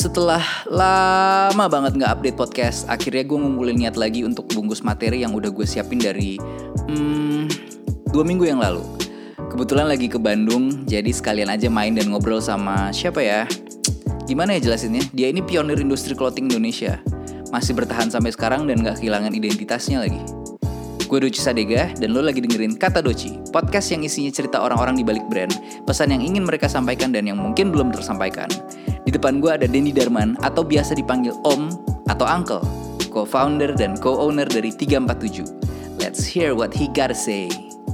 Setelah lama banget gak update podcast, akhirnya gue ngumpulin niat lagi untuk bungkus materi yang udah gue siapin dari 2 minggu yang lalu. Kebetulan lagi ke Bandung, jadi sekalian aja main dan ngobrol sama siapa ya? Gimana ya jelasinnya? Dia ini pionir industri clothing Indonesia. Masih bertahan sampai sekarang dan gak kehilangan identitasnya lagi. Gue Doci Sadega dan lo lagi dengerin Kata Doci, podcast yang isinya cerita orang-orang di balik brand, pesan yang ingin mereka sampaikan dan yang mungkin belum tersampaikan. Di depan gue ada Denny Darman atau biasa dipanggil Om atau Uncle, co-founder dan co-owner dari 347. Let's hear what he gotta say.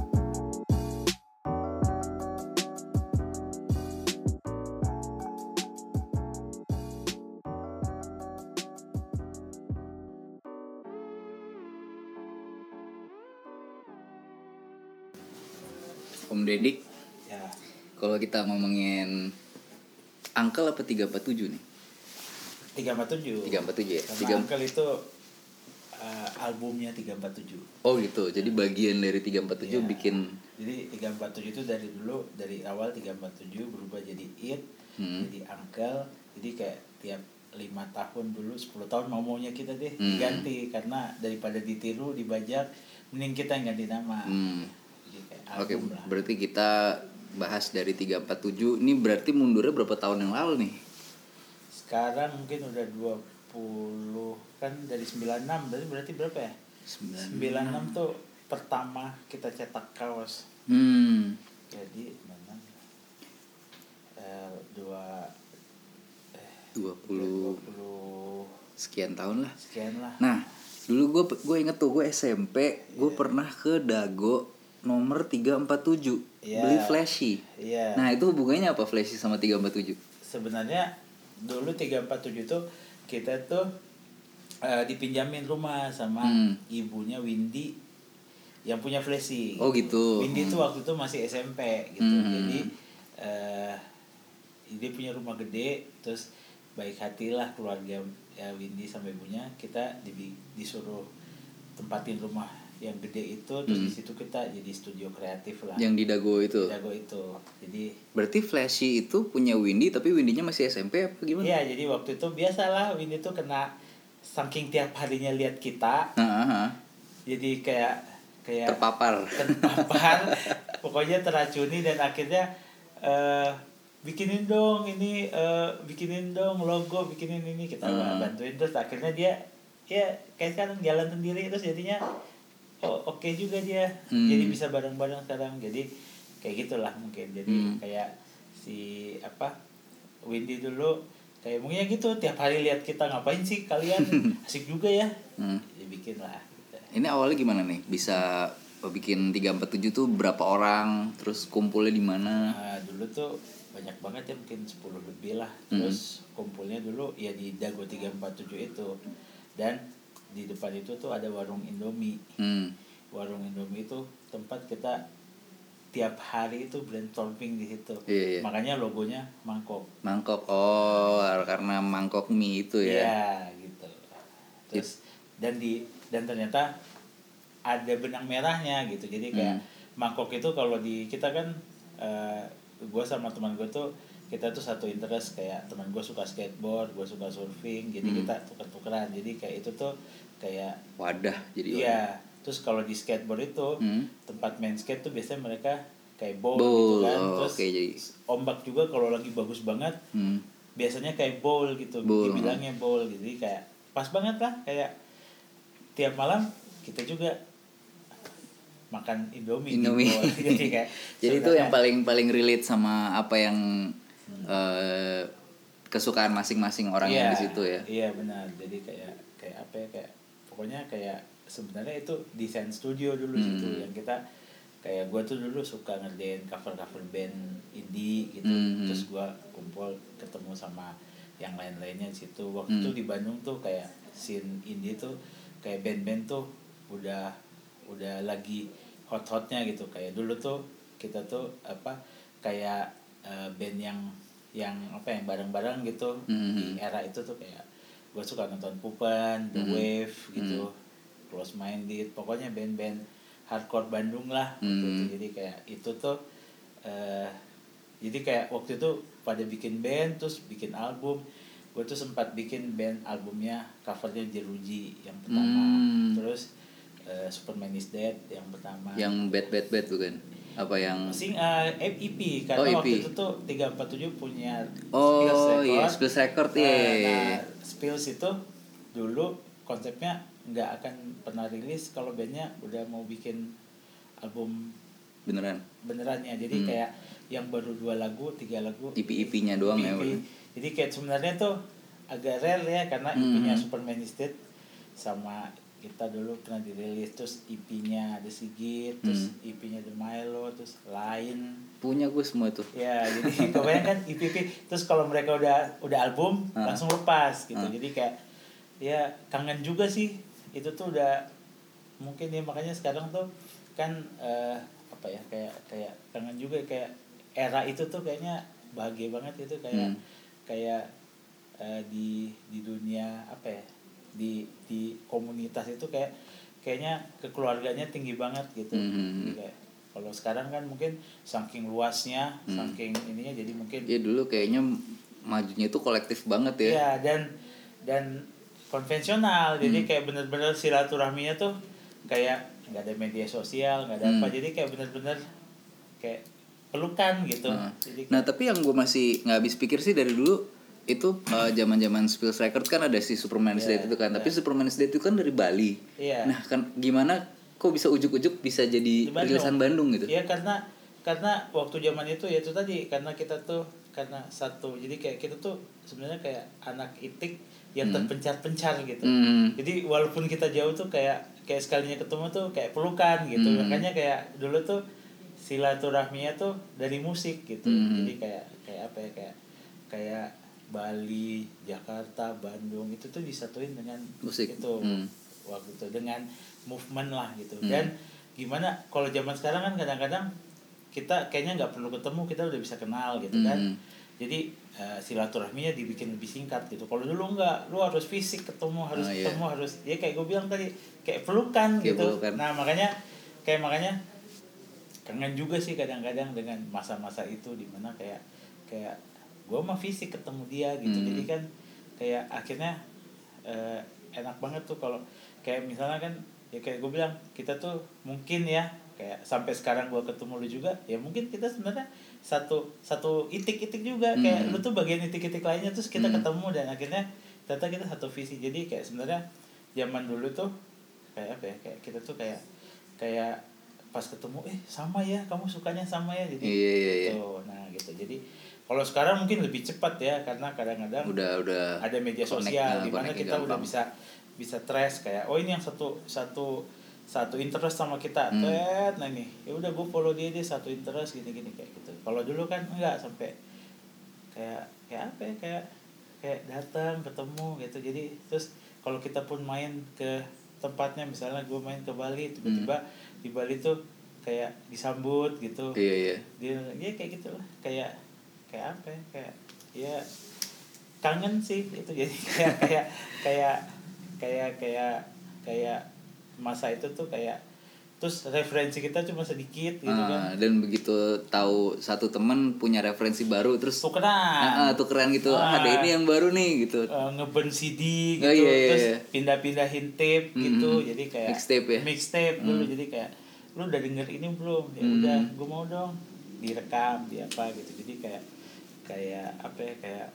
Om Dedik, Ya, kalau kita ngomongin Uncle apa 347 nih? 347. 347 ya? Sama Uncle itu albumnya 347. Oh gitu, jadi bagian dari 347 Ya. bikin. Jadi 347 itu dari awal 347 berubah jadi It, jadi Uncle. Jadi kayak tiap 5 tahun dulu, 10 tahun maunya kita deh diganti. Karena daripada ditiru, dibajak, mending kita yang ganti nama. Jadi kayak Oke, album lah. berarti kita bahas dari 347. Ini berarti mundurnya berapa tahun yang lalu nih? Sekarang mungkin udah 20, kan dari 96, berarti berapa ya? 96 tuh pertama kita cetak kaos. Jadi 20 20 sekian tahun lah. sekian lah. Nah, dulu gue inget tuh gue SMP, gue pernah ke Dago nomor 347 beli Flashy. Iya. Nah, itu hubungannya apa Flashy sama 347? Sebenarnya dulu 347 tuh kita tuh dipinjamin rumah sama ibunya Windy yang punya Flashy. Oh gitu. Windy tuh waktu itu masih SMP gitu. Jadi dia punya rumah gede, terus baik hatilah keluarga Windy sama ibunya, kita disuruh tempatin rumah yang gede itu, terus di situ kita jadi studio kreatif lah. Yang di Dago itu. Dago itu. Jadi berarti Flashy itu punya Windy tapi Windy-nya masih SMP apa gimana? iya, jadi waktu itu biasalah Windy tuh kena saking tiap harinya lihat kita. Jadi kayak terpapar. Pokoknya teracuni dan akhirnya bikinin dong ini, bikinin dong logo, bikinin ini, kita bantuin, terus akhirnya dia ya kayak sekarang jalan sendiri, terus jadinya oke juga dia. Jadi bisa bareng-bareng sekarang. Jadi kayak gitulah mungkin. Jadi kayak si Windy dulu kayak mungkin gitu, tiap hari lihat kita, ngapain sih kalian, asik juga ya. Ya bikin lah gitu. Ini awalnya gimana nih bisa bikin 347 tuh berapa orang, terus kumpulnya di mana? Dulu tuh banyak banget ya, mungkin 10 lebih lah. Terus kumpulnya dulu ya di Dago 347 itu. Dan di depan itu tuh ada warung Indomie. Warung Indomie itu tempat kita tiap hari itu brainstorming di situ. Iya. Makanya logonya mangkok. Mangkok. Karena mangkok mie itu ya. Iya, gitu. Terus dan ternyata ada benang merahnya gitu. Jadi kayak mangkok itu kalau di kita kan gue sama teman gue tuh kita tuh satu interest, kayak teman gue suka skateboard, gue suka surfing, jadi kita tuker-tukeran. Jadi kayak itu tuh kayak wadah jadi. Iya. Terus kalau di skateboard itu tempat main skate tuh biasanya mereka kayak bowl gitu kan. Terus jadi ombak juga kalau lagi bagus banget biasanya kayak bowl gitu, dibilangnya bowl gitu. Jadi kayak pas banget lah, kayak tiap malam kita juga makan Indomie. Jadi kayak jadi itu yang paling relate sama apa yang kesukaan masing-masing orang yang di situ ya. Iya benar. Jadi kayak apa ya, kayak pokoknya kayak sebenarnya itu desain studio dulu situ yang kita kayak gue tuh dulu suka ngerjain cover band indie gitu. Terus gue kumpul ketemu sama yang lain-lainnya di situ. Waktu itu di Bandung tuh kayak scene indie tuh kayak band-band tuh udah lagi hot-hotnya gitu. Kayak dulu tuh kita tuh kayak band yang bareng-bareng gitu. Di era itu tuh kayak gue suka nonton Pupen, The Wave gitu, Close Minded, pokoknya band-band hardcore Bandung lah gitu. Jadi kayak itu tuh jadi kayak waktu itu pada bikin band terus bikin album. gue tuh sempat bikin band albumnya, covernya Jeruji yang pertama, terus Superman is Dead yang pertama. Yang bad bukan? Apa yang EP karena EP. waktu itu tuh 347 punya Spills Record. Iya, Spills Record ya. Nah, Spills itu dulu konsepnya nggak akan pernah rilis kalau bandnya udah mau bikin album benerannya. Jadi kayak yang baru 2 lagu, 3 lagu EP-nya doang ya. Jadi kayak sebenarnya tuh agak rare ya karena EP-nya Superman is Dead sama kita dulu pernah dirilis, terus EP-nya ada Sigit, terus EP-nya The Milo, terus lain punya gue semua tuh ya. Jadi kebanyakan kan EP, terus kalau mereka udah album langsung lepas gitu. Jadi kayak ya kangen juga sih itu tuh, udah mungkin ya, makanya sekarang tuh kan apa ya, kayak kangen juga, kayak era itu tuh kayaknya bahagia banget itu, kayak di dunia apa ya, di komunitas itu kayaknya kekeluarganya tinggi banget gitu. Jadi kayak kalau sekarang kan mungkin saking luasnya, saking ininya, jadi mungkin ya dulu kayaknya majunya itu kolektif banget ya. Ya, dan konvensional. Jadi kayak bener-bener silaturahminya tuh kayak nggak ada media sosial, nggak ada apa, jadi kayak bener-bener kayak pelukan gitu. Jadi nah tapi yang gue masih nggak habis pikir sih dari dulu itu zaman-zaman Spills Record kan ada si Superman is Dead itu kan, tapi Superman is Dead itu kan dari Bali. Nah kan gimana kok bisa ujuk-ujuk bisa jadi rilisan Bandung gitu? Iya, karena waktu zaman itu ya itu tadi, karena kita tuh karena satu, jadi kayak kita tuh sebenarnya kayak anak itik yang terpencar-pencar gitu. Jadi walaupun kita jauh tuh kayak sekalinya ketemu tuh kayak pelukan gitu. Makanya kayak dulu tuh silaturahminya tuh dari musik gitu. Jadi kayak apa ya, kayak Bali, Jakarta, Bandung itu tuh disatuin dengan musik itu. Waktu itu dengan movement lah gitu. Dan gimana kalau zaman sekarang kan kadang-kadang kita kayaknya nggak perlu ketemu, kita udah bisa kenal gitu kan. Jadi silaturahminya dibikin lebih singkat gitu. Kalau dulu enggak, lu harus fisik ketemu, harus ketemu, harus ya kayak gue bilang tadi, kayak pelukan gitu. Pelukan. Nah makanya kangen juga sih kadang-kadang dengan masa-masa itu, dimana kayak gue mah fisik ketemu dia gitu. Jadi kan kayak akhirnya enak banget tuh kalau kayak misalnya kan ya kayak gue bilang, kita tuh mungkin ya kayak sampai sekarang gue ketemu lu juga ya, mungkin kita sebenarnya satu itik-itik juga, kayak lu tuh bagian itik-itik lainnya, terus kita ketemu dan akhirnya ternyata kita satu visi. Jadi kayak sebenarnya zaman dulu tuh kayak apa ya, kayak kita tuh kayak pas ketemu sama ya, kamu sukanya sama ya, jadi gitu. Nah gitu. Jadi kalau sekarang mungkin lebih cepat ya, karena kadang-kadang udah ada media sosial di mana kita gampang. Udah bisa trace kayak ini yang satu interest sama kita, nah ini ya udah gue follow dia satu interest gini kayak gitu. Kalau dulu kan enggak, sampai kayak apa ya, kayak datang ketemu gitu. Jadi terus kalau kita pun main ke tempatnya, misalnya gue main ke Bali, tiba-tiba di Bali tuh kayak disambut gitu. Dia kayak gitu lah, kayak apa ya, kayak kangen sih itu. Jadi kayak masa itu tuh kayak, terus referensi kita cuma sedikit gitu kan. Dan begitu tahu satu teman punya referensi baru, terus tukeran gitu. Ada ini yang baru nih gitu. Ngeburn CD gitu. Terus pindah-pindahin tape gitu. Jadi kayak mixtape dulu. Jadi kayak lu udah denger ini belum? Ya udah, gue mau dong direkam di apa gitu. Jadi kayak apa ya,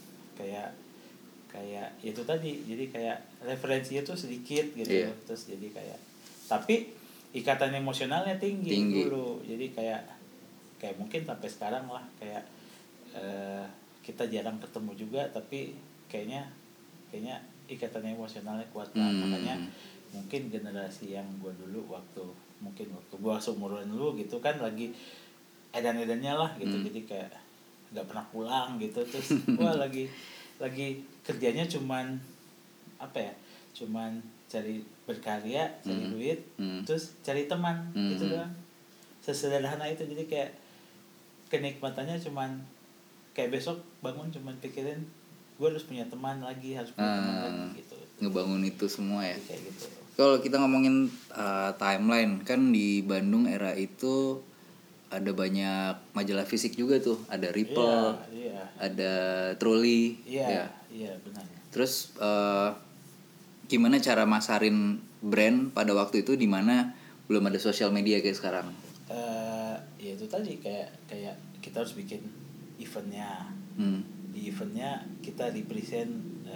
kayak itu tadi. Jadi kayak referensinya tuh sedikit gitu. Terus jadi kayak, tapi ikatan emosionalnya tinggi dulu. Jadi kayak mungkin sampai sekarang lah, kayak kita jarang ketemu juga, tapi kayaknya ikatan emosionalnya kuat lah. Makanya mungkin generasi yang gue dulu waktu gue seumuran lu gitu kan, lagi edan-edannya lah gitu. Jadi kayak nggak pernah pulang gitu. Terus lagi kerjanya cuman apa ya, cuman cari berkarya, cari duit, terus cari teman gitu doang. Sesederhana itu. Jadi kayak kenikmatannya cuman kayak besok bangun cuman pikirin gue harus punya teman lagi, harus punya teman lagi gitu. Ngebangun itu semua ya. Kayak gitu. Kalau kita ngomongin timeline kan di Bandung era itu ada banyak majalah fisik juga tuh, ada Ripple, ada Truly, iya benar. Terus gimana cara masarin brand pada waktu itu di mana belum ada sosial media kayak sekarang? Ya itu tadi kayak kita harus bikin eventnya. Di eventnya kita represent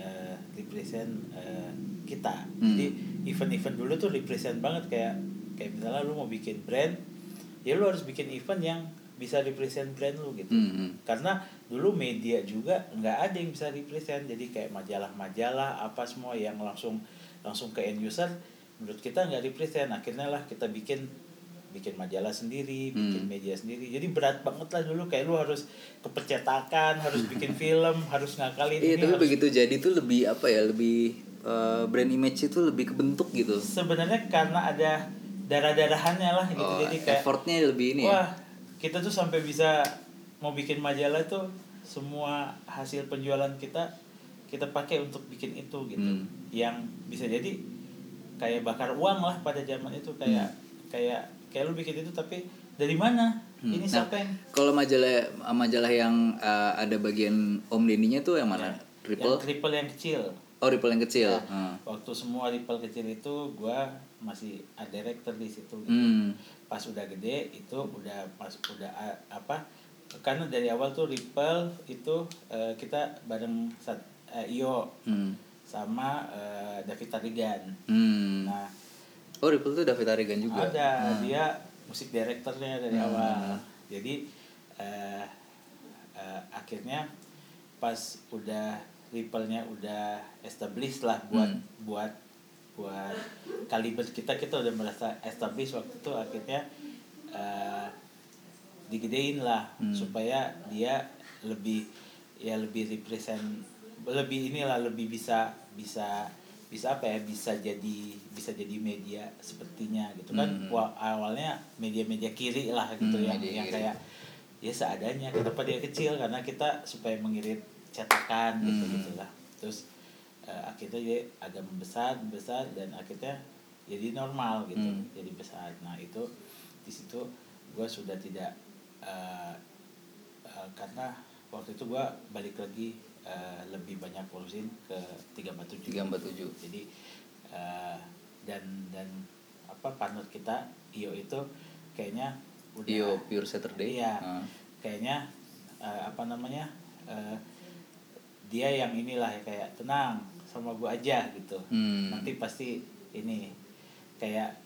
kita. Jadi event dulu tuh represent banget, kayak misalnya lu mau bikin brand, ya lu harus bikin event yang bisa represent brand lu gitu. Karena dulu media juga nggak ada yang bisa represent, jadi kayak majalah apa semua yang langsung ke end user, menurut kita nggak represent. Akhirnya lah kita bikin majalah sendiri, bikin media sendiri. Jadi berat banget lah dulu, kayak lu harus ke percetakan, harus bikin film, harus ngakalin. Iya, tapi begitu jadi tuh lebih apa ya, lebih brand image itu lebih kebentuk gitu. Sebenarnya karena ada darah-darahannya lah gitu. Jadi kayak effortnya lebih ini wah, kita tuh sampai bisa mau bikin majalah tuh semua hasil penjualan kita pakai untuk bikin itu gitu. Yang bisa jadi kayak bakar uang lah pada zaman itu, kayak lu bikin itu tapi dari mana? Ini siapa yang? Kalau majalah yang ada bagian Om Denny-nya tuh yang mana? Ripple? Yang Ripple yang kecil. Oh, Ripple yang kecil. Ya, waktu semua Ripple kecil itu gua masih art director di situ gitu. Pas udah gede itu udah karena dari awal tuh Ripple itu kita bareng Iyo sama David Tarigan. Nah, Ripple tuh David Tarigan juga. Ada, dia musik directornya dari awal. Jadi akhirnya pas udah Ripple-nya udah established lah buat kaliber kita udah merasa established waktu itu. Akhirnya digedein lah supaya dia lebih represent, lebih bisa apa ya, bisa jadi media sepertinya gitu kan. Awalnya media kiri lah gitu, yang kayak ya seadanya. Kenapa dia kecil? Karena kita supaya mengirit cetakan gitu lah. Terus akhirnya dia agak membesar dan akhirnya jadi normal gitu, jadi besar. Nah itu di situ gue sudah tidak karena waktu itu gue balik lagi lebih banyak urusin ke 347. Jadi dan partner kita Iyo itu kayaknya udah Iyo Pure Saturday. Iya. Kayaknya dia yang inilah ya, kayak tenang sama gue aja gitu. Nanti pasti ini kayak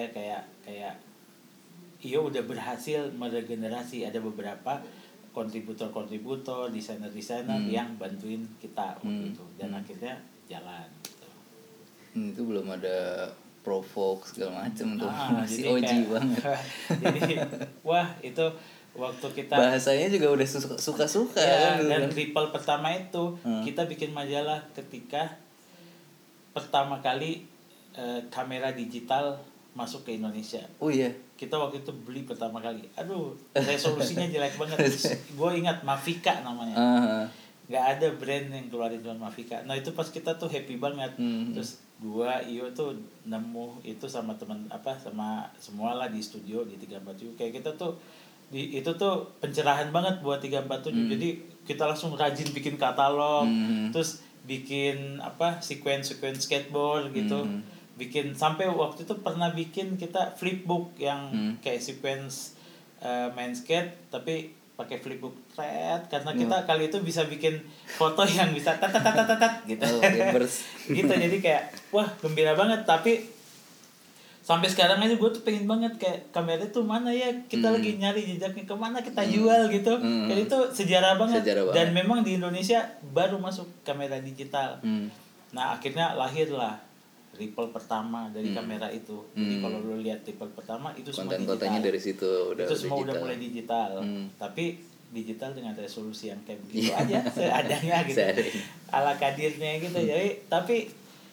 Iyo udah berhasil meregenerasi, ada beberapa kontributor desainer yang bantuin kita waktu itu, dan akhirnya jalan gitu. Itu belum ada Provox segala macam tuh, masih OG banget. Jadi wah itu waktu kita bahasanya juga udah suka-suka ya, kan. Dan Ripple pertama itu kita bikin majalah ketika pertama kali kamera digital masuk ke Indonesia. Oh iya. Kita waktu itu beli pertama kali. Aduh, resolusinya jelek banget. Gue ingat Mavica namanya. Nggak ada brand yang keluarin cuma Mavica. Nah itu pas kita tuh happy banget. Terus Iyo tuh nemu itu sama teman sama semua lah di studio di 347. Kayak kita tuh itu tuh pencerahan banget buat 347. Jadi kita langsung rajin bikin katalog, terus bikin sequence skateboard gitu. Bikin sampai waktu itu pernah bikin kita flipbook yang kayak sequence main skate tapi pakai flipbook thread, karena kita kali itu bisa bikin foto yang bisa tat gitu. Gitu, jadi kayak wah gembira banget. Tapi sampai sekarang aja gue tuh pengen banget kayak kamera itu mana ya, kita lagi nyari jejaknya kemana kita jual gitu. Jadi itu sejarah banget. Dan memang di Indonesia baru masuk kamera digital. Nah akhirnya lahirlah Ripple pertama dari kamera itu. Jadi kalau lu lihat Ripple pertama itu semua digital. Konten-kontennya dari situ udah itu semua udah mulai digital. Tapi digital dengan resolusi yang kayak begitu aja, seadanya gitu. Ala kadirnya gitu. Jadi tapi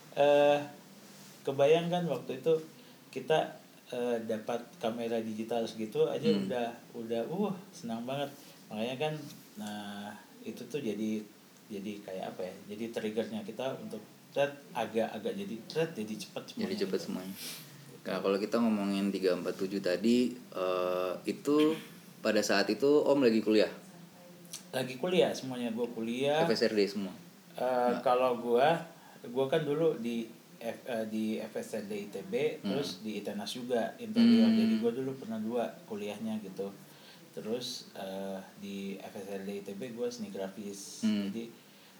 kebayangkan waktu itu kita dapat kamera digital segitu aja udah senang banget. Makanya kan itu tuh jadi kayak apa ya? Jadi triggernya kita untuk agak jadi cepat semuanya. Jadi cepat semuanya. Nah, kalau kita ngomongin 347 tadi itu pada saat itu Om lagi kuliah? Lagi kuliah, semuanya gue kuliah. FSRD semua? Kalau gue kan dulu di FSRD ITB, terus di ITENAS juga interior. Jadi gue dulu pernah 2 kuliahnya gitu. Terus di FSRD ITB gue seni grafis. Jadi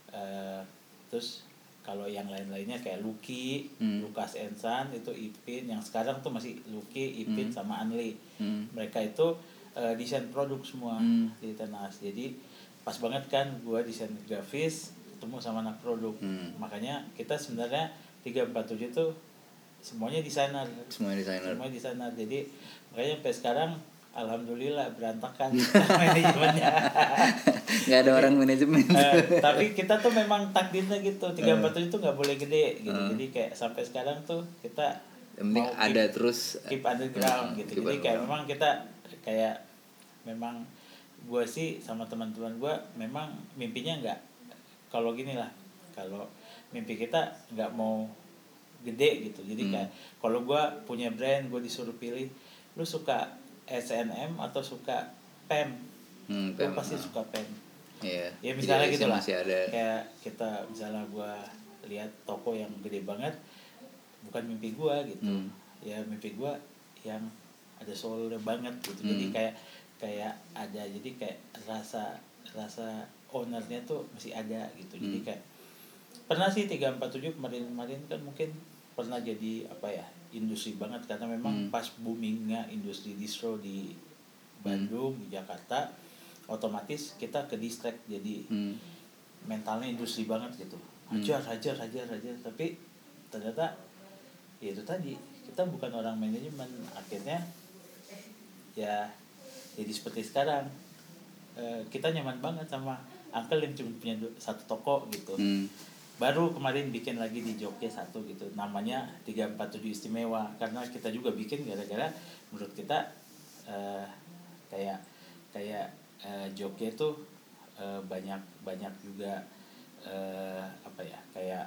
terus kalau yang lain-lainnya kayak Lucky, Lukas Ensan itu Ipin, yang sekarang tuh masih Lucky, Ipin sama Anli. Mereka itu desain produk semua di ITENAS. Jadi pas banget kan gue desain grafis ketemu sama anak produk. Makanya kita sebenarnya 347 itu semuanya desainer. Semuanya desainer. Jadi makanya sampai sekarang alhamdulillah berantakan manajemennya. Nggak ada orang manajemen. Tapi kita tuh memang takdirnya gitu. 347 itu nggak boleh gede gitu. Jadi kayak sampai sekarang tuh kita yang penting ada terus keep underground gitu. Jadi kayak memang kita kayak memang gue sih sama teman-teman gue memang mimpinya nggak kalau gini lah, kalau mimpi kita nggak mau gede gitu. Jadi kayak kalau gue punya brand, gue disuruh pilih lu suka SNM atau suka PEM, gue pasti suka PEM. Ya misalnya gitu lah, kayak kita misalnya gue lihat toko yang gede banget, bukan mimpi gue gitu. Ya mimpi gue yang ada soulnya banget gitu. Jadi kayak ada, jadi kayak rasa ownernya tuh masih ada gitu. Jadi kayak pernah sih 347 kemarin kan mungkin pernah jadi apa ya, industri banget karena memang pas boomingnya industri distro di Bandung, di Jakarta, otomatis kita ke distract jadi mentalnya industri banget gitu. Hajar tapi ternyata ya itu tadi, kita bukan orang manajemen, akhirnya ya jadi seperti sekarang. Kita nyaman banget sama uncle yang cuma punya 1 toko gitu. Baru kemarin bikin lagi di Jogja 1 gitu, namanya 347 Istimewa, karena kita juga bikin gara-gara menurut kita kayak Jogja itu banyak juga apa ya, kayak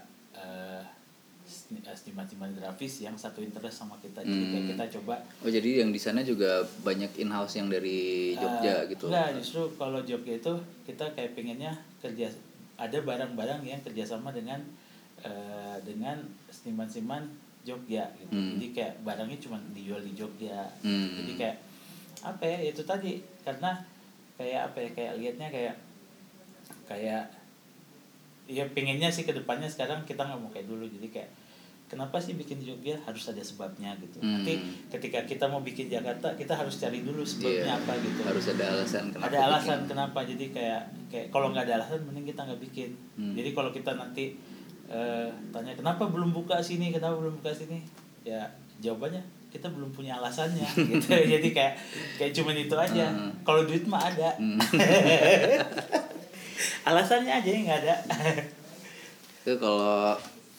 seniman grafis yang satu interest sama kita. Jadi kayak kita coba. Oh jadi yang di sana juga banyak in-house yang dari Jogja gitu? Enggak, justru kalau Jogja itu kita kayak pengennya ada barang-barang yang kerjasama dengan seniman-seniman Jogja gitu. Jadi kayak barangnya cuma dijual di Jogja. Jadi kayak apa ya, itu tadi, karena kayak apa ya, kayak liatnya kayak ya pengennya sih kedepannya sekarang kita nggak mau kayak dulu. Jadi kayak kenapa sih bikin di Jogja, harus ada sebabnya gitu. Nanti ketika kita mau bikin Jakarta, kita harus cari dulu sebabnya apa gitu. Harus ada alasan kenapa. Ada alasan kenapa. Jadi kayak kalau nggak ada alasan mending kita nggak bikin. Jadi kalau kita nanti tanya kenapa belum buka sini, ya jawabannya kita belum punya alasannya gitu. Jadi kayak cuman itu aja. Kalau duit mah ada. Alasannya aja yang nggak ada. Itu kalau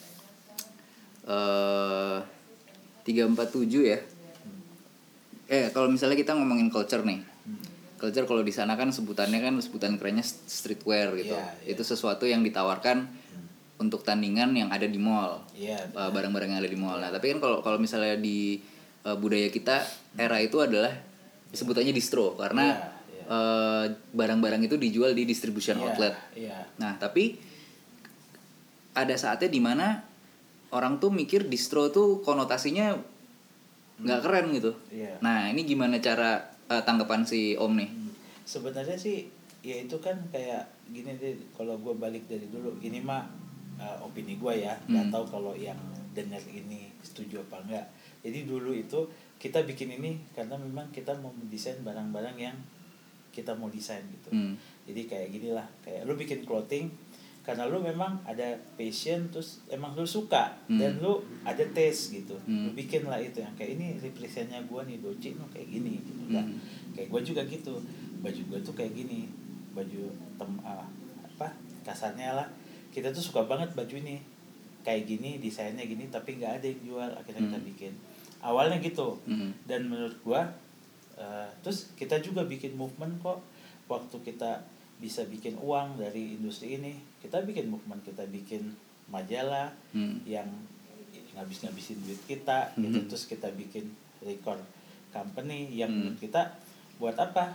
347 ya. Kalau misalnya kita ngomongin culture nih. Culture kalau di sana kan sebutan kerennya streetwear gitu. Itu sesuatu yang ditawarkan untuk tandingan yang ada di mall. Barang-barang yang ada di mall. Nah, tapi kan kalau misalnya di budaya kita, era itu adalah sebutannya distro karena barang-barang itu dijual di distribution outlet. Nah, tapi ada saatnya di mana orang tuh mikir distro tuh konotasinya nggak keren gitu. Nah, ini gimana cara tanggapan si Om nih? Sebenarnya sih ya itu kan kayak gini deh, kalau gue balik dari dulu, ini mah opini gue ya, nggak tahu kalau yang dengar ini setuju apa enggak. Jadi dulu itu kita bikin ini karena memang kita mau mendesain barang-barang yang kita mau desain gitu. Jadi kayak gini lah, kayak lu bikin clothing karena lu memang ada passion, terus emang lu suka dan lu ada taste gitu. Lu bikin lah itu yang kayak ini representnya gue nih, Doci no kayak gini gitu kan. Kayak gue juga gitu, baju gue tuh kayak gini, baju kasarnya lah, kita tuh suka banget baju ini kayak gini, desainnya gini, tapi nggak ada yang jual, akhirnya kita bikin. Awalnya gitu. Dan menurut gue terus kita juga bikin movement kok. Waktu kita bisa bikin uang dari industri ini, kita bikin movement, kita bikin majalah yang ngabis-ngabisin duit kita gitu. Terus kita bikin record company yang menurut kita buat apa,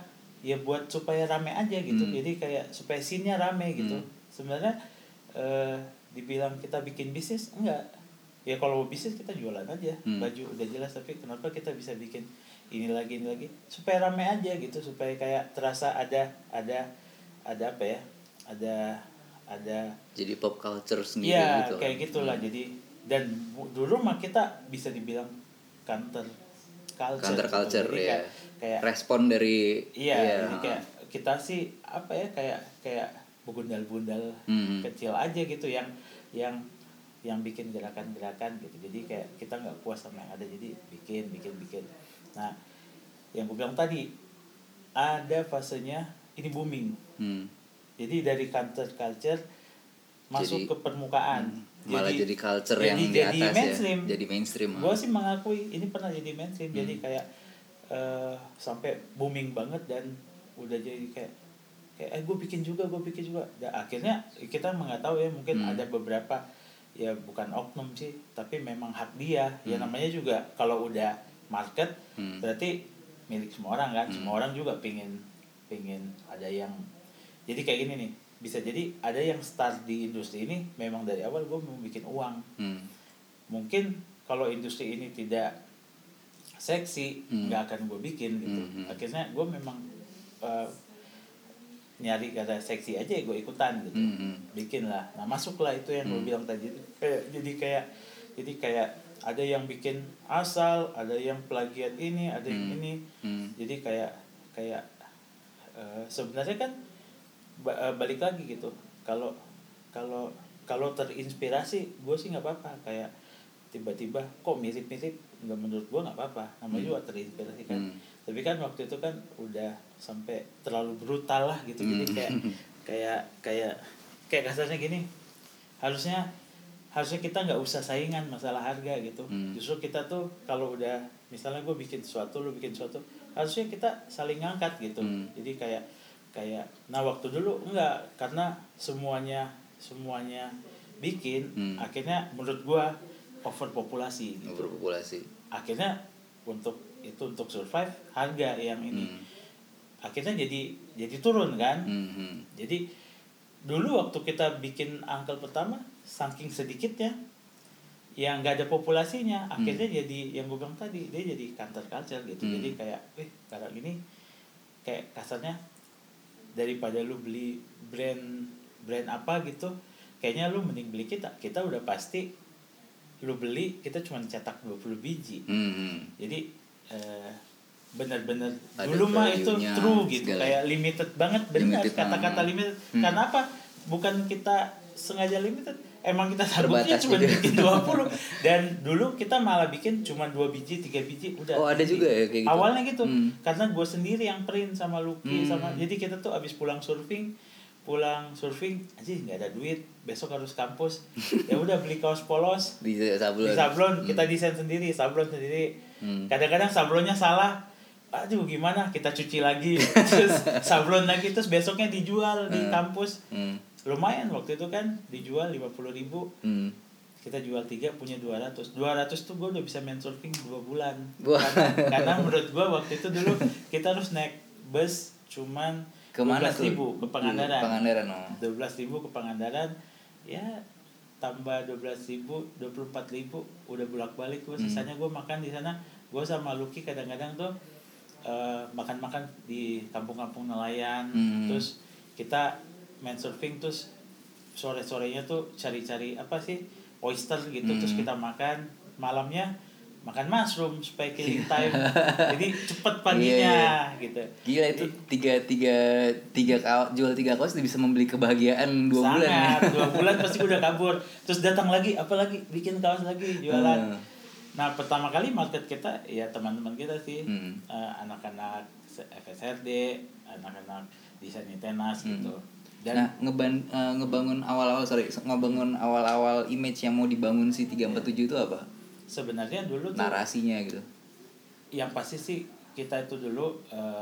ya buat supaya rame aja gitu. Jadi kayak supaya scene-nya rame gitu. Sebenarnya dibilang kita bikin bisnis enggak. Ya kalau bisnis kita jualan aja baju udah jelas, tapi kenapa kita bisa bikin ini lagi supaya rame aja gitu, supaya kayak terasa ada apa ya, ada jadi pop culture sendiri ya gitu kayak kan. gitulah. Jadi dan dulu mah kita bisa dibilang counter culture gitu. Jadi ya. kayak Respon dari jadi kayak kita sih apa ya, kayak begundal-gundal kecil aja gitu yang bikin gerakan-gerakan gitu. Jadi kayak kita nggak puas sama yang ada, jadi bikin. Nah, yang gue bilang tadi, ada fasenya ini booming. Jadi dari counter culture masuk ke permukaan. Malah jadi culture yang di jadi atas mainstream. ya. Jadi mainstream. Gue sih mengakui ini pernah jadi mainstream. Jadi kayak sampai booming banget dan udah jadi kayak gue bikin juga. Dan akhirnya kita nggak tahu ya, mungkin ada beberapa, ya bukan oknum sih, tapi memang hak dia. Ya namanya juga kalau udah market berarti milik semua orang kan. Semua orang juga pingin ada yang, jadi kayak gini nih, bisa jadi ada yang start di industri ini memang dari awal gue mau bikin uang. Mungkin kalau industri ini tidak seksi nggak akan gue bikin gitu. Akhirnya gue memang nyari kata seksi aja, gue ikutan gitu. Bikin lah. Nah masuklah itu yang gue bilang tadi. Jadi kayak ada yang bikin asal, ada yang plagiat ini, ada yang ini. Jadi kayak sebenarnya kan balik lagi gitu. Kalau terinspirasi, gue sih nggak apa-apa. Kayak tiba-tiba kok mirip-mirip, nggak, menurut gue nggak apa-apa. Namanya juga terinspirasi kan. Tapi kan waktu itu kan udah sampai terlalu brutal lah gitu. Jadi kayak kasarnya gini, harusnya kita nggak usah saingan masalah harga gitu. Justru kita tuh kalau udah misalnya gue bikin sesuatu, lu bikin sesuatu, harusnya kita saling ngangkat gitu. Jadi kayak nah waktu dulu enggak, karena semuanya bikin, akhirnya menurut gue overpopulasi gitu. Akhirnya untuk survive, harga yang ini akhirnya jadi turun kan. Jadi dulu waktu kita bikin Uncle pertama, saking sedikitnya yang nggak ada populasinya, akhirnya jadi yang gue bilang tadi, dia jadi counter culture gitu. Jadi kayak sekarang ini kayak kasarnya, daripada lu beli brand apa gitu, kayaknya lu mending beli kita udah pasti lu beli, kita cuma cetak 20 biji. Jadi benar-benar dulu mah itu true gitu, kayak limited banget, benar kata-kata limited. Karena apa? Bukan kita sengaja limited, emang kita sanggupnya cuma bikin 20. Dan dulu kita malah bikin cuma 2 biji, 3 biji udah. Oh, ada juga ya kayak gitu. Awalnya gitu. Karena gue sendiri yang print sama Lucky sama, jadi kita tuh abis pulang surfing aja nggak ada duit, besok harus kampus, ya udah beli kaos polos di sablon. Kita desain sendiri, sablon sendiri. Kadang-kadang sablonnya salah, aduh gimana, kita cuci lagi terus sablon lagi, terus besoknya dijual di kampus. Lumayan waktu itu kan, dijual 50.000. Kita jual 3, punya 200 tuh gue udah bisa main surfing 2 bulan. Karena menurut gue waktu itu dulu kita harus naik bus cuman 12.000 ke Pangandaran. 12.000 ke Pangandaran, ya tambah 12.000, 24.000 udah bolak-balik gue. Sisanya gue makan di sana. Gue sama Lucky kadang-kadang tuh makan-makan di kampung-kampung nelayan. Terus kita main surfing, terus sore-sorenya tuh cari-cari apa sih, oyster gitu. Terus kita makan, malamnya makan mushroom supaya killing time. Jadi cepet paginya gitu. Gila itu tiga kaos, jual 3 kaos bisa membeli kebahagiaan 2 bulan. Sangat, 2 bulan pasti udah kabur. Terus datang lagi, apalagi bikin kaos lagi, jualan. Nah pertama kali market kita ya teman-teman kita sih, anak-anak FSRD, anak-anak desain tenas gitu. Dan nah ngebangun awal-awal image yang mau dibangun si 347 itu apa? Sebenarnya dulu tuh narasinya gitu. Yang pasti sih kita itu dulu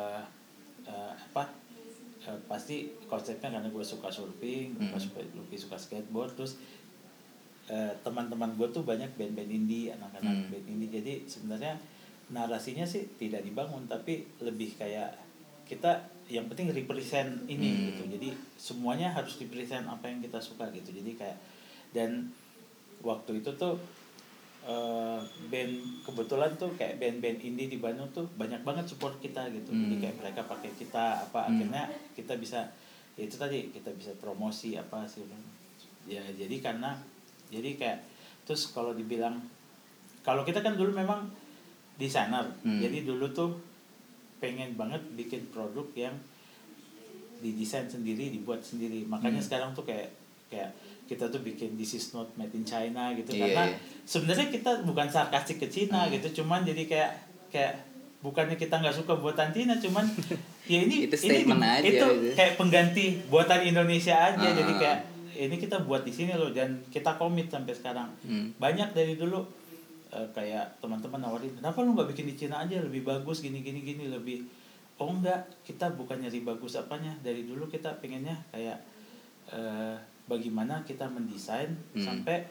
pasti konsepnya, karena gue suka surfing, gue suka skateboard, terus teman-teman gue tuh banyak band-band indie, anak-anak band indie. Jadi sebenarnya narasinya sih tidak dibangun, tapi lebih kayak kita yang penting represent ini gitu. Jadi semuanya harus represent apa yang kita suka gitu. Jadi kayak, dan waktu itu tuh band kebetulan tuh kayak band-band indie di Bandung tuh banyak banget support kita gitu. Jadi kayak mereka pakai kita akhirnya kita bisa, ya itu tadi kita bisa promosi apa sih ya. Jadi kayak terus kalau dibilang, kalau kita kan dulu memang desainer, jadi dulu tuh pengen banget bikin produk yang didesain sendiri, dibuat sendiri. Makanya sekarang tuh kayak kita tuh bikin this is not made in China gitu. Karena sebenarnya kita bukan sarkastik ke Cina gitu, cuman jadi kayak bukannya kita nggak suka buatan Cina, cuman ya ini itu statement aja itu gitu. kayak pengganti buatan Indonesia aja. Jadi kayak ini kita buat di sini loh, dan kita komit sampai sekarang. Banyak dari dulu kayak teman-teman nawarin, kenapa lu nggak bikin di Cina aja, lebih bagus gini lebih. Oh enggak, kita bukan nyari bagus apanya, dari dulu kita pengennya kayak bagaimana kita mendesain sampai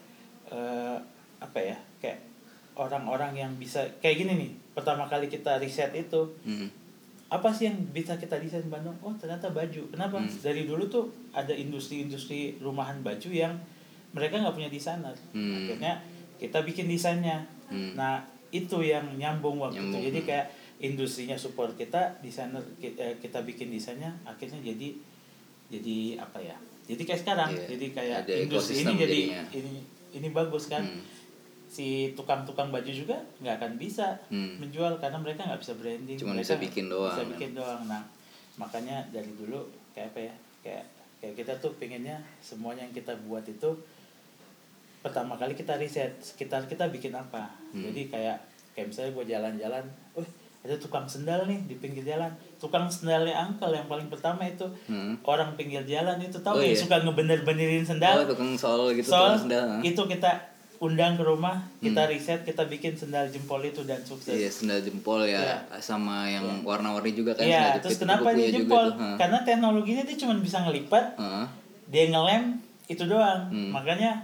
apa ya, kayak orang-orang yang bisa kayak gini nih. Pertama kali kita riset itu apa sih yang bisa kita desain Bandung? Oh ternyata baju. Kenapa? Dari dulu tuh ada industri rumahan baju yang mereka nggak punya desainer. Akhirnya kita bikin desainnya. Nah itu yang nyambung waktu itu. Jadi kayak industrinya support kita, desainer kita bikin desainnya, akhirnya jadi apa ya? Jadi kayak sekarang. Jadi kayak ada industri ini jadi ini bagus kan. Si tukang-tukang baju juga nggak akan bisa menjual karena mereka nggak bisa branding. Cuma mereka bisa bikin doang. Bisa bikin doang. Nah makanya dari dulu kayak apa ya? Kayak kita tuh pengennya semuanya yang kita buat itu pertama kali kita riset sekitar kita bikin apa. Jadi kayak misalnya gue jalan-jalan, ada tukang sendal nih di pinggir jalan. Tukang sendalnya Uncle yang paling pertama itu orang pinggir jalan itu tahu yang suka ngebener-benerin sendal. Tukang sol gitu. Sol itu kita undang ke rumah, kita riset, kita bikin sendal jempol itu dan sukses. Iya, sendal jempol ya. Sama yang warna-warni juga kan. Iya, terus kenapa dia jempol? Karena teknologinya dia cuma bisa ngelipat, dia ngelem itu doang. Makanya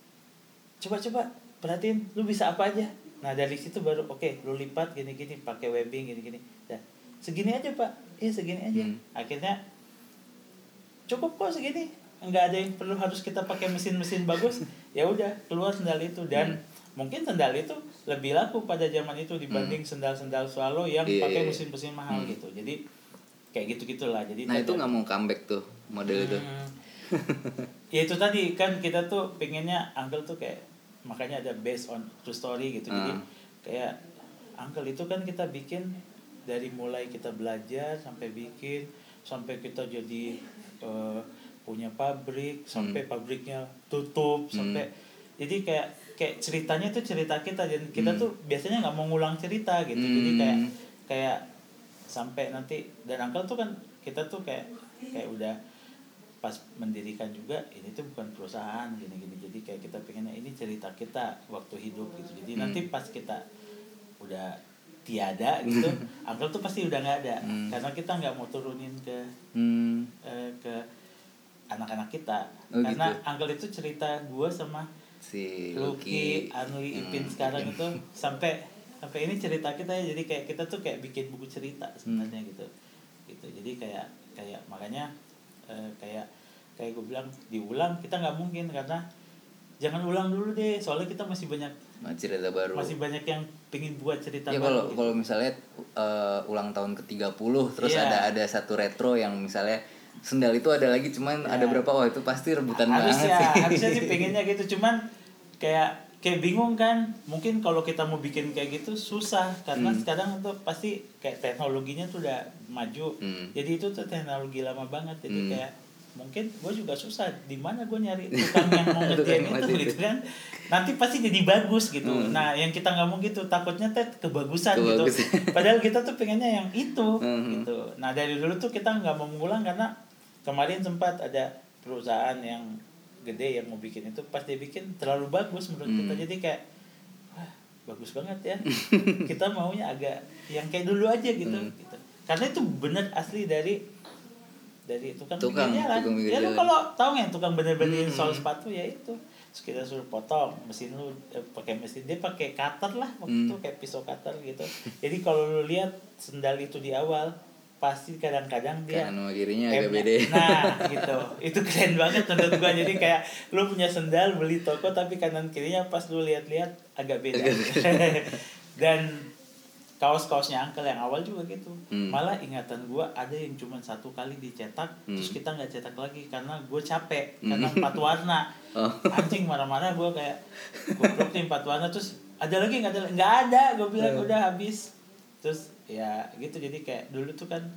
coba perhatiin, lu bisa apa aja. Nah dari situ baru oke, lu lipat gini-gini, pakai webbing gini-gini. Nah, segini aja Pak, iya segini aja. Akhirnya cukup kok segini, nggak ada yang perlu harus kita pakai mesin-mesin bagus. Ya udah keluar sendal itu, dan mungkin sendal itu lebih laku pada zaman itu dibanding sendal-sendal Swallow yang pakai mesin-mesin mahal gitu. Jadi kayak gitu-gitulah. Jadi nah itu nggak mau comeback tuh model itu. Ya itu tadi kan kita tuh pengennya Uncle tuh kayak, makanya ada based on true story gitu. Jadi kayak Uncle itu kan kita bikin dari mulai kita belajar sampai bikin, sampai kita jadi punya pabrik, sampai pabriknya tutup, sampai jadi kayak ceritanya tuh cerita kita, dan kita tuh biasanya nggak mau ngulang cerita gitu. Jadi kayak sampai nanti, dan Uncle tuh kan kita tuh kayak udah pas mendirikan juga ini tuh bukan perusahaan gini-gini. Jadi kayak kita pengennya ini cerita kita waktu hidup gitu. Jadi nanti pas kita udah tiada gitu, Uncle tuh pasti udah nggak ada. Karena kita nggak mau turunin ke anak-anak kita. Karena gitu. Uncle itu cerita gue sama si Lucky, Anli, Ipin sekarang itu sampai ini cerita kita ya. Jadi kayak kita tuh kayak bikin buku cerita sebenarnya gitu. Jadi kayak makanya kayak gue bilang diulang kita nggak mungkin, karena jangan ulang dulu deh, soalnya kita masih banyak cerita baru, masih banyak yang pengen buat cerita ya, baru. Kalau misalnya ulang tahun ke-30 terus ada satu retro yang misalnya sendal itu ada lagi, cuman ada berapa, itu pasti rebutan banget. Harusnya sih pengennya gitu, cuman kayak bingung kan. Mungkin kalau kita mau bikin kayak gitu susah, karena sekarang tuh pasti kayak teknologinya tuh udah maju. Jadi itu tuh teknologi lama banget. Jadi kayak mungkin gue juga susah di mana gue nyari tukang yang mau ngerjain itu gitu kan. Nanti pasti jadi bagus gitu. Nah yang kita nggak mau gitu, takutnya kebagusan gitu. Padahal kita tuh pengennya yang itu gitu. Nah dari dulu tuh kita nggak mau mengulang, karena kemarin sempat ada perusahaan yang gede yang mau bikin itu, pas dia bikin terlalu bagus menurut kita. Jadi kayak wah bagus banget ya. Kita maunya agak yang kayak dulu aja gitu. Karena itu bener asli dari tukang pinggir jalan. Ya lu kalau tahu nggak tukang bener-bener sol sepatu ya itu. Terus kita suruh potong, mesin lu pakai mesin, dia pakai cutter lah waktu itu, kayak pisau cutter gitu. Jadi kalau lu lihat sendal itu di awal pasti kadang-kadang dia kanan sama kirinya agak beda. Nah gitu, itu keren banget menurut gua. Jadi kayak lu punya sendal beli toko tapi kanan kirinya pas lu lihat-lihat agak beda. Dan kaos-kaosnya Uncle yang awal juga gitu. Malah ingatan gua ada yang cuma 1 kali dicetak, terus kita nggak cetak lagi karena gue capek, karena 4 warna. Anjing, marah-marah gue kayak goblok nih 4 warna, terus ada lagi nggak ada, gue bilang udah habis. Terus ya gitu, jadi kayak dulu tuh kan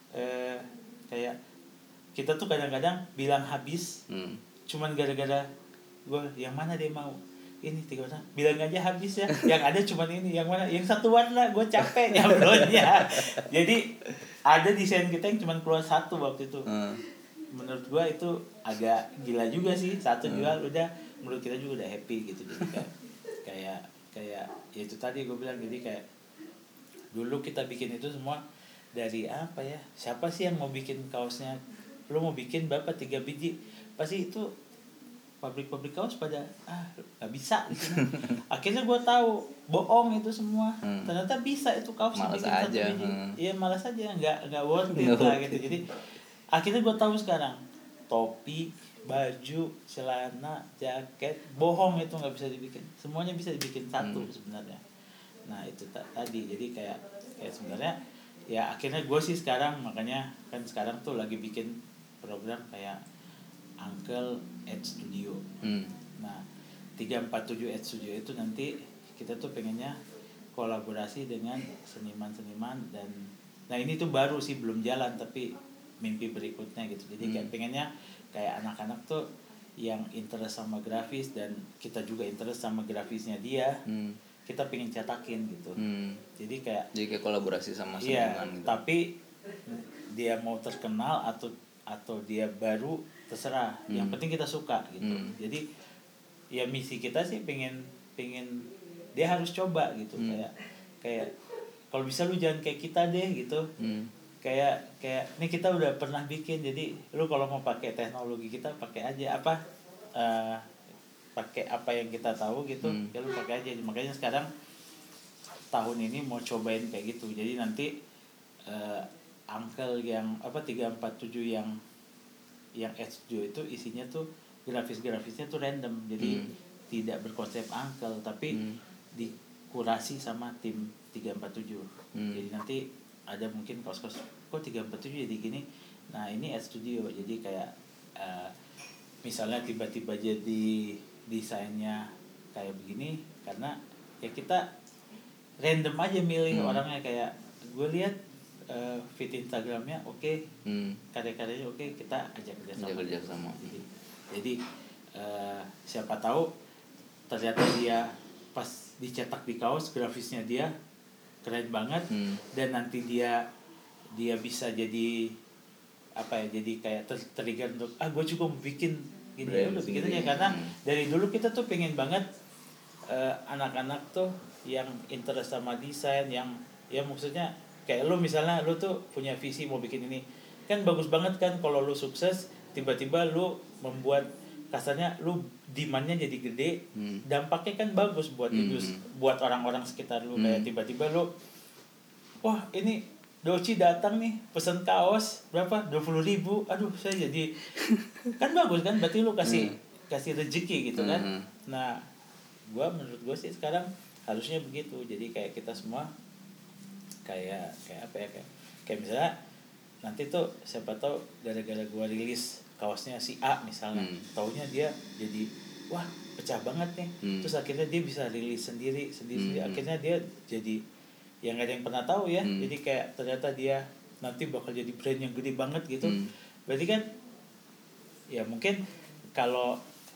kayak kita tuh kadang-kadang bilang habis, cuman gara-gara gue yang mana dia mau ini 3 warna, bilang aja habis ya, yang ada cuman ini, yang mana yang 1 warna gue capek nyablonya. Jadi ada desain kita yang cuman keluar 1 waktu itu. Menurut gue itu agak gila juga sih, 1 jual udah, menurut kita juga udah happy gitu. Jadi kayak ya itu tadi gue bilang, jadi kayak dulu kita bikin itu semua dari apa ya, siapa sih yang mau bikin kaosnya, lo mau bikin berapa 3 biji, pasti itu pabrik-pabrik kaos pada nggak bisa di sini. Akhirnya gue tahu bohong itu semua. Ternyata bisa itu kaos malas bikin aja. 1 biji. Iya malas aja, nggak worth it lah gitu. Jadi akhirnya gue tahu sekarang topi, baju, celana, jaket, bohong itu nggak bisa dibikin. Semuanya bisa dibikin 1 sebenarnya. Nah itu tadi, jadi kayak sebenarnya ya akhirnya gue sih sekarang, makanya kan sekarang tuh lagi bikin program kayak Uncle Ed Studio. Nah 347 Ed Studio itu nanti kita tuh pengennya kolaborasi dengan seniman-seniman, dan nah ini tuh baru sih, belum jalan, tapi mimpi berikutnya gitu. Jadi kayak pengennya kayak anak-anak tuh yang interest sama grafis, dan kita juga interest sama grafisnya dia, kita pengen cetakin gitu. Jadi kayak kolaborasi sama seniman gitu. Tapi dia mau terkenal atau dia baru, terserah. Yang penting kita suka gitu. Jadi ya misi kita sih pengen dia harus coba gitu. Kayak kalau bisa lu jangan kayak kita deh gitu. Kayak ini kita udah pernah bikin, jadi lu kalau mau pakai teknologi kita pakai aja pakai apa yang kita tahu gitu, ya lu pakai aja. Makanya sekarang tahun ini mau cobain kayak gitu. Jadi nanti Uncle yang 347 yang Studio itu isinya tuh grafisnya tuh random. Jadi tidak berkonsep Uncle, tapi dikurasi sama tim 347. Jadi nanti ada mungkin kos-kos kok 347 jadi gini. Nah, ini Studio. Jadi kayak misalnya tiba-tiba jadi desainnya kayak begini, karena ya kita random aja milih orangnya. Kayak gue lihat feed Instagramnya oke, karya-karyanya oke, kita ajak kerja sama. Jadi siapa tahu ternyata dia pas dicetak di kaos, grafisnya dia keren banget, dan nanti dia bisa jadi jadi kayak trigger untuk gue juga mau bikin gini, ya udah bikin aja. Karena dari dulu kita tuh pengen banget anak-anak tuh yang interest sama desain, yang ya maksudnya kayak lu misalnya lu tuh punya visi mau bikin ini, kan bagus banget kan kalau lu sukses, tiba-tiba lu membuat kasarnya lu demand-nya jadi gede, dampaknya kan bagus buat buat orang-orang sekitar lu. Kayak tiba-tiba lu, wah ini Doci datang nih pesen kaos berapa, 20.000, aduh saya jadi kan bagus kan, berarti lu kasih rezeki gitu kan. Nah menurut gua sih sekarang harusnya begitu. Jadi kayak kita semua kayak apa ya, kayak misalnya nanti tuh siapa tahu gara-gara gua rilis kaosnya si A misalnya, taunya dia jadi wah pecah banget nih, terus akhirnya dia bisa rilis sendiri, akhirnya dia jadi yang gak ada yang pernah tahu ya. Jadi kayak ternyata dia nanti bakal jadi brand yang gede banget gitu. Berarti kan ya mungkin kalau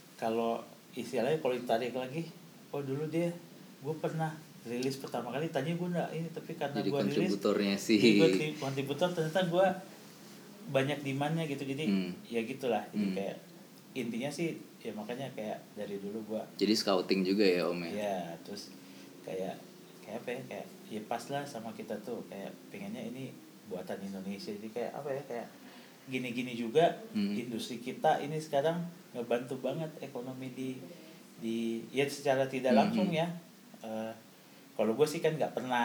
istilahnya kalau ditarik lagi, oh dulu gue pernah rilis pertama kali, tadinya gue enggak ini, tapi karena gue rilis, kontributornya sih, gue kontributor, ternyata gue banyak demandnya gitu. Jadi ya gitulah. Jadi kayak intinya sih ya, makanya kayak dari dulu gue jadi scouting juga ya Om ya. Ya terus kayak apa ya, kayak ya pas lah sama kita tuh, kayak pengennya ini buatan Indonesia. Jadi kayak apa ya, kayak gini-gini juga industri kita ini sekarang ngebantu banget ekonomi di ya secara tidak langsung ya. Kalau gue sih kan nggak pernah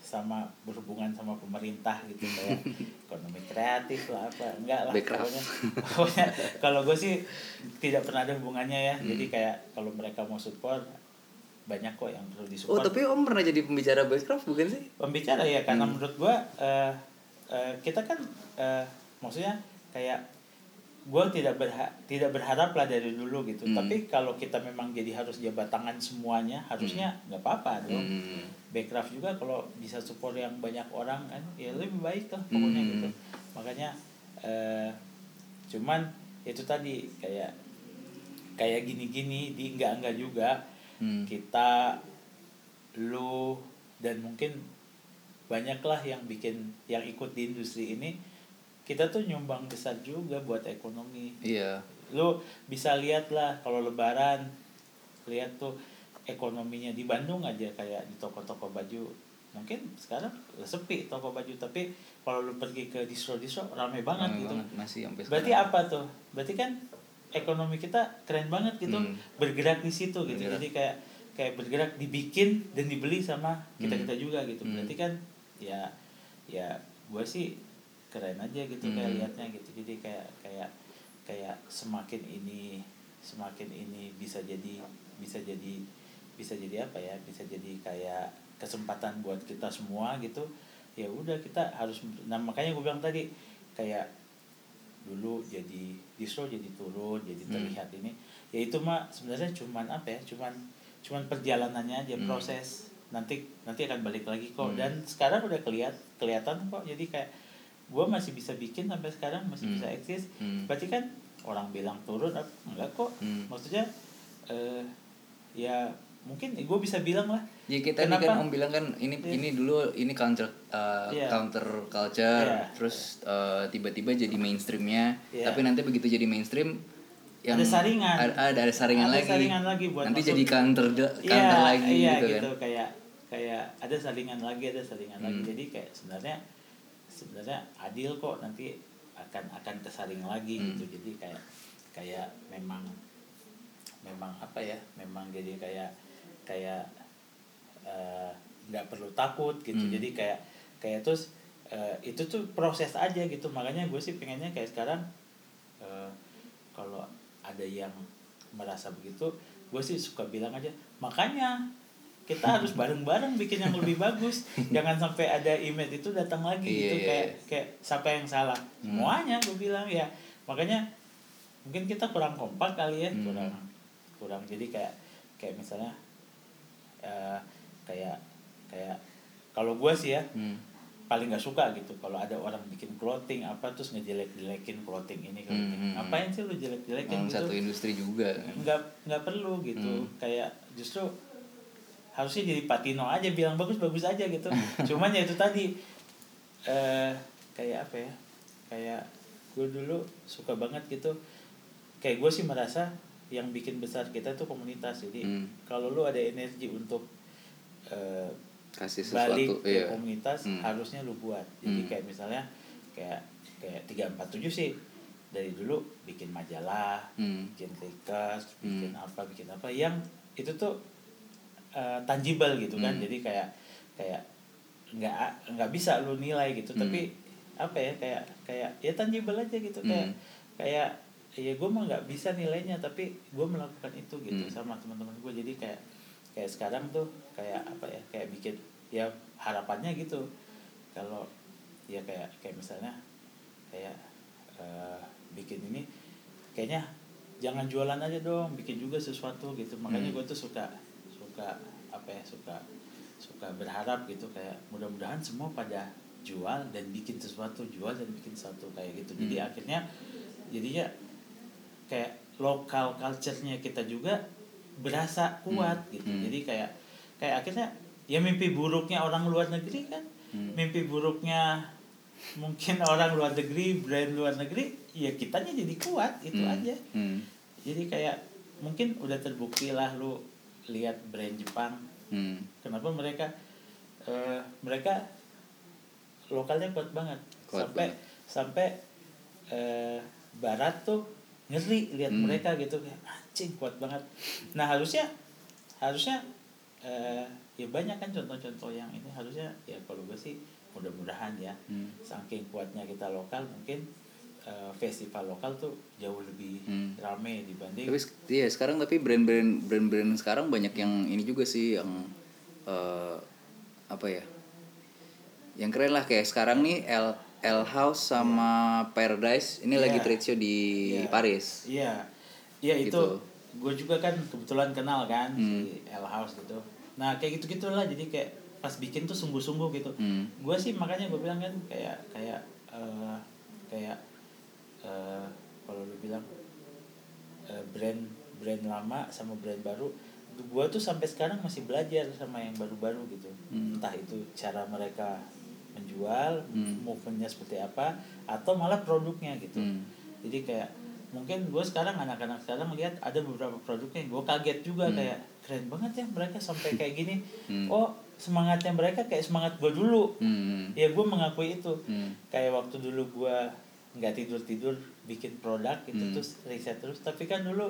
sama berhubungan sama pemerintah gitu kayak ekonomi kreatif lah apa enggak lah pokoknya kalau gue sih tidak pernah ada hubungannya ya. Jadi kayak kalau mereka mau support banyak kok yang perlu disupport. Oh tapi Om pernah jadi pembicara Backcraft bukan sih? Pembicara ya karena menurut gue kita kan maksudnya kayak gue tidak berharap lah dari dulu gitu. Tapi kalau kita memang jadi harus jabat tangan semuanya harusnya nggak apa-apa dong. Backcraft juga kalau bisa support yang banyak orang kan ya lebih baik lah pokoknya gitu. Makanya cuman itu tadi kayak gini-gini di enggak juga kita lu dan mungkin banyaklah yang ikut di industri ini. Kita tuh nyumbang besar juga buat ekonomi. Iya. Lu bisa lihat lah kalau Lebaran, lihat tuh ekonominya di Bandung aja kayak di toko-toko baju. Mungkin sekarang sepi toko baju, tapi kalau lu pergi ke distro-distro rame banget gitu. Masih sampai sekarang. Berarti apa tuh? Berarti kan ekonomi kita keren banget gitu, bergerak di situ gitu. Jadi kayak bergerak dibikin dan dibeli sama kita juga gitu. Berarti kan ya gue sih keren aja gitu kayak liatnya gitu. Jadi kayak semakin ini bisa jadi apa ya, bisa jadi kayak kesempatan buat kita semua gitu. Ya udah kita harus, nah makanya gue bilang tadi kayak dulu jadi distro jadi turun jadi terlihat ini ya itu mah sebenarnya cuman apa ya, cuman perjalanannya aja, proses nanti akan balik lagi kok. Dan sekarang udah kelihatan kok. Jadi kayak gue masih bisa bikin sampai sekarang, masih bisa eksis. Berarti kan orang bilang turun enggak kok. Maksudnya ya mungkin gue bisa bilang lah. Ya kita ini kan Om bilang kan ini dulu ini counter culture, terus tiba-tiba jadi mainstreamnya. Tapi nanti begitu jadi mainstream yang ada saringan. Ada saringan lagi buat nanti masuk. Jadi counter lagi gitu kan. Kayak ada saringan lagi. Jadi kayak sebenarnya adil kok, nanti akan kesaring lagi gitu. Jadi kayak memang apa ya, memang jadi kayak nggak perlu takut gitu. Jadi kayak terus itu tuh proses aja gitu. Makanya gue sih pengennya kayak sekarang kalau ada yang merasa begitu, gue sih suka bilang aja, makanya kita harus bareng-bareng bikin yang lebih bagus. Jangan sampai ada image itu datang lagi gitu. Kayak siapa yang salah, semuanya gue bilang ya. Makanya mungkin kita kurang kompak kali ya, kurang. Jadi kayak misalnya kayak kalau gue sih ya paling nggak suka gitu kalau ada orang bikin clothing apa terus ngejelek-jelekin clothing ini. Ngapain sih lu jelek-jelekin gitu? Satu industri juga kan. Nggak perlu gitu. Kayak justru harusnya jadi Patino aja bilang bagus aja gitu. Cuman ya itu tadi kayak apa ya, kayak gue dulu suka banget gitu. Kayak gue sih merasa yang bikin besar kita tuh komunitas. Jadi kalau lu ada energi untuk kasih balik sesuatu ke komunitas, harusnya lu buat. Jadi kayak misalnya kayak 347 sih dari dulu bikin majalah, bikin rikas, bikin apa yang itu tuh tangible gitu kan. Jadi kayak nggak bisa lu nilai gitu, tapi apa ya, kayak ya tangible aja gitu. Kayak ya gue mah nggak bisa nilainya, tapi gue melakukan itu gitu sama teman-teman gue. Jadi kayak sekarang tuh kayak apa ya, kayak bikin ya harapannya gitu. Kalau ya kayak misalnya kayak bikin ini kayaknya jangan jualan aja dong, bikin juga sesuatu gitu. Makanya gue tuh suka apa ya, suka berharap gitu, kayak mudah-mudahan semua pada jual dan bikin sesuatu, kayak gitu. Jadi akhirnya jadinya kayak lokal culture-nya kita juga berasa kuat gitu. Jadi kayak akhirnya ya mimpi buruknya orang luar negeri kan, mimpi buruknya mungkin orang luar negeri, brand luar negeri, ya kitanya jadi kuat itu aja. Jadi kayak mungkin udah terbukti lah, lu lihat brand Jepang, kenapa mereka lokalnya kuat banget, sampai barat tuh ngeri lihat mereka gitu, kayak anjing kuat banget. Nah harusnya ya banyak kan contoh-contoh yang ini harusnya ya kalau gue sih mudah-mudahan ya saking kuatnya kita lokal mungkin festival lokal tuh jauh lebih rame dibanding. Tapi iya sekarang tapi brand-brand sekarang banyak yang ini juga sih yang apa ya? Yang keren lah kayak sekarang nih L House sama Paradise ini lagi trade show di Paris. Iya. Iya itu Gitu. gue juga kan kebetulan kenal kan si L House gitu. Nah kayak gitu-gitulah jadi kayak pas bikin tuh sungguh-sungguh gitu. Gue sih makanya gue bilang kan kayak kalau lu bilang brand lama sama brand baru, gue tuh sampai sekarang masih belajar sama yang baru-baru gitu. Entah itu cara mereka menjual, movementnya seperti apa, atau malah produknya gitu. Jadi kayak mungkin gue sekarang anak-anak sekarang lihat ada beberapa produknya gue kaget juga kayak keren banget ya mereka sampai kayak gini. Oh semangatnya mereka kayak semangat gue dulu. Ya gue mengakui itu. Kayak waktu dulu gue nggak tidur bikin produk itu terus riset terus. Tapi kan dulu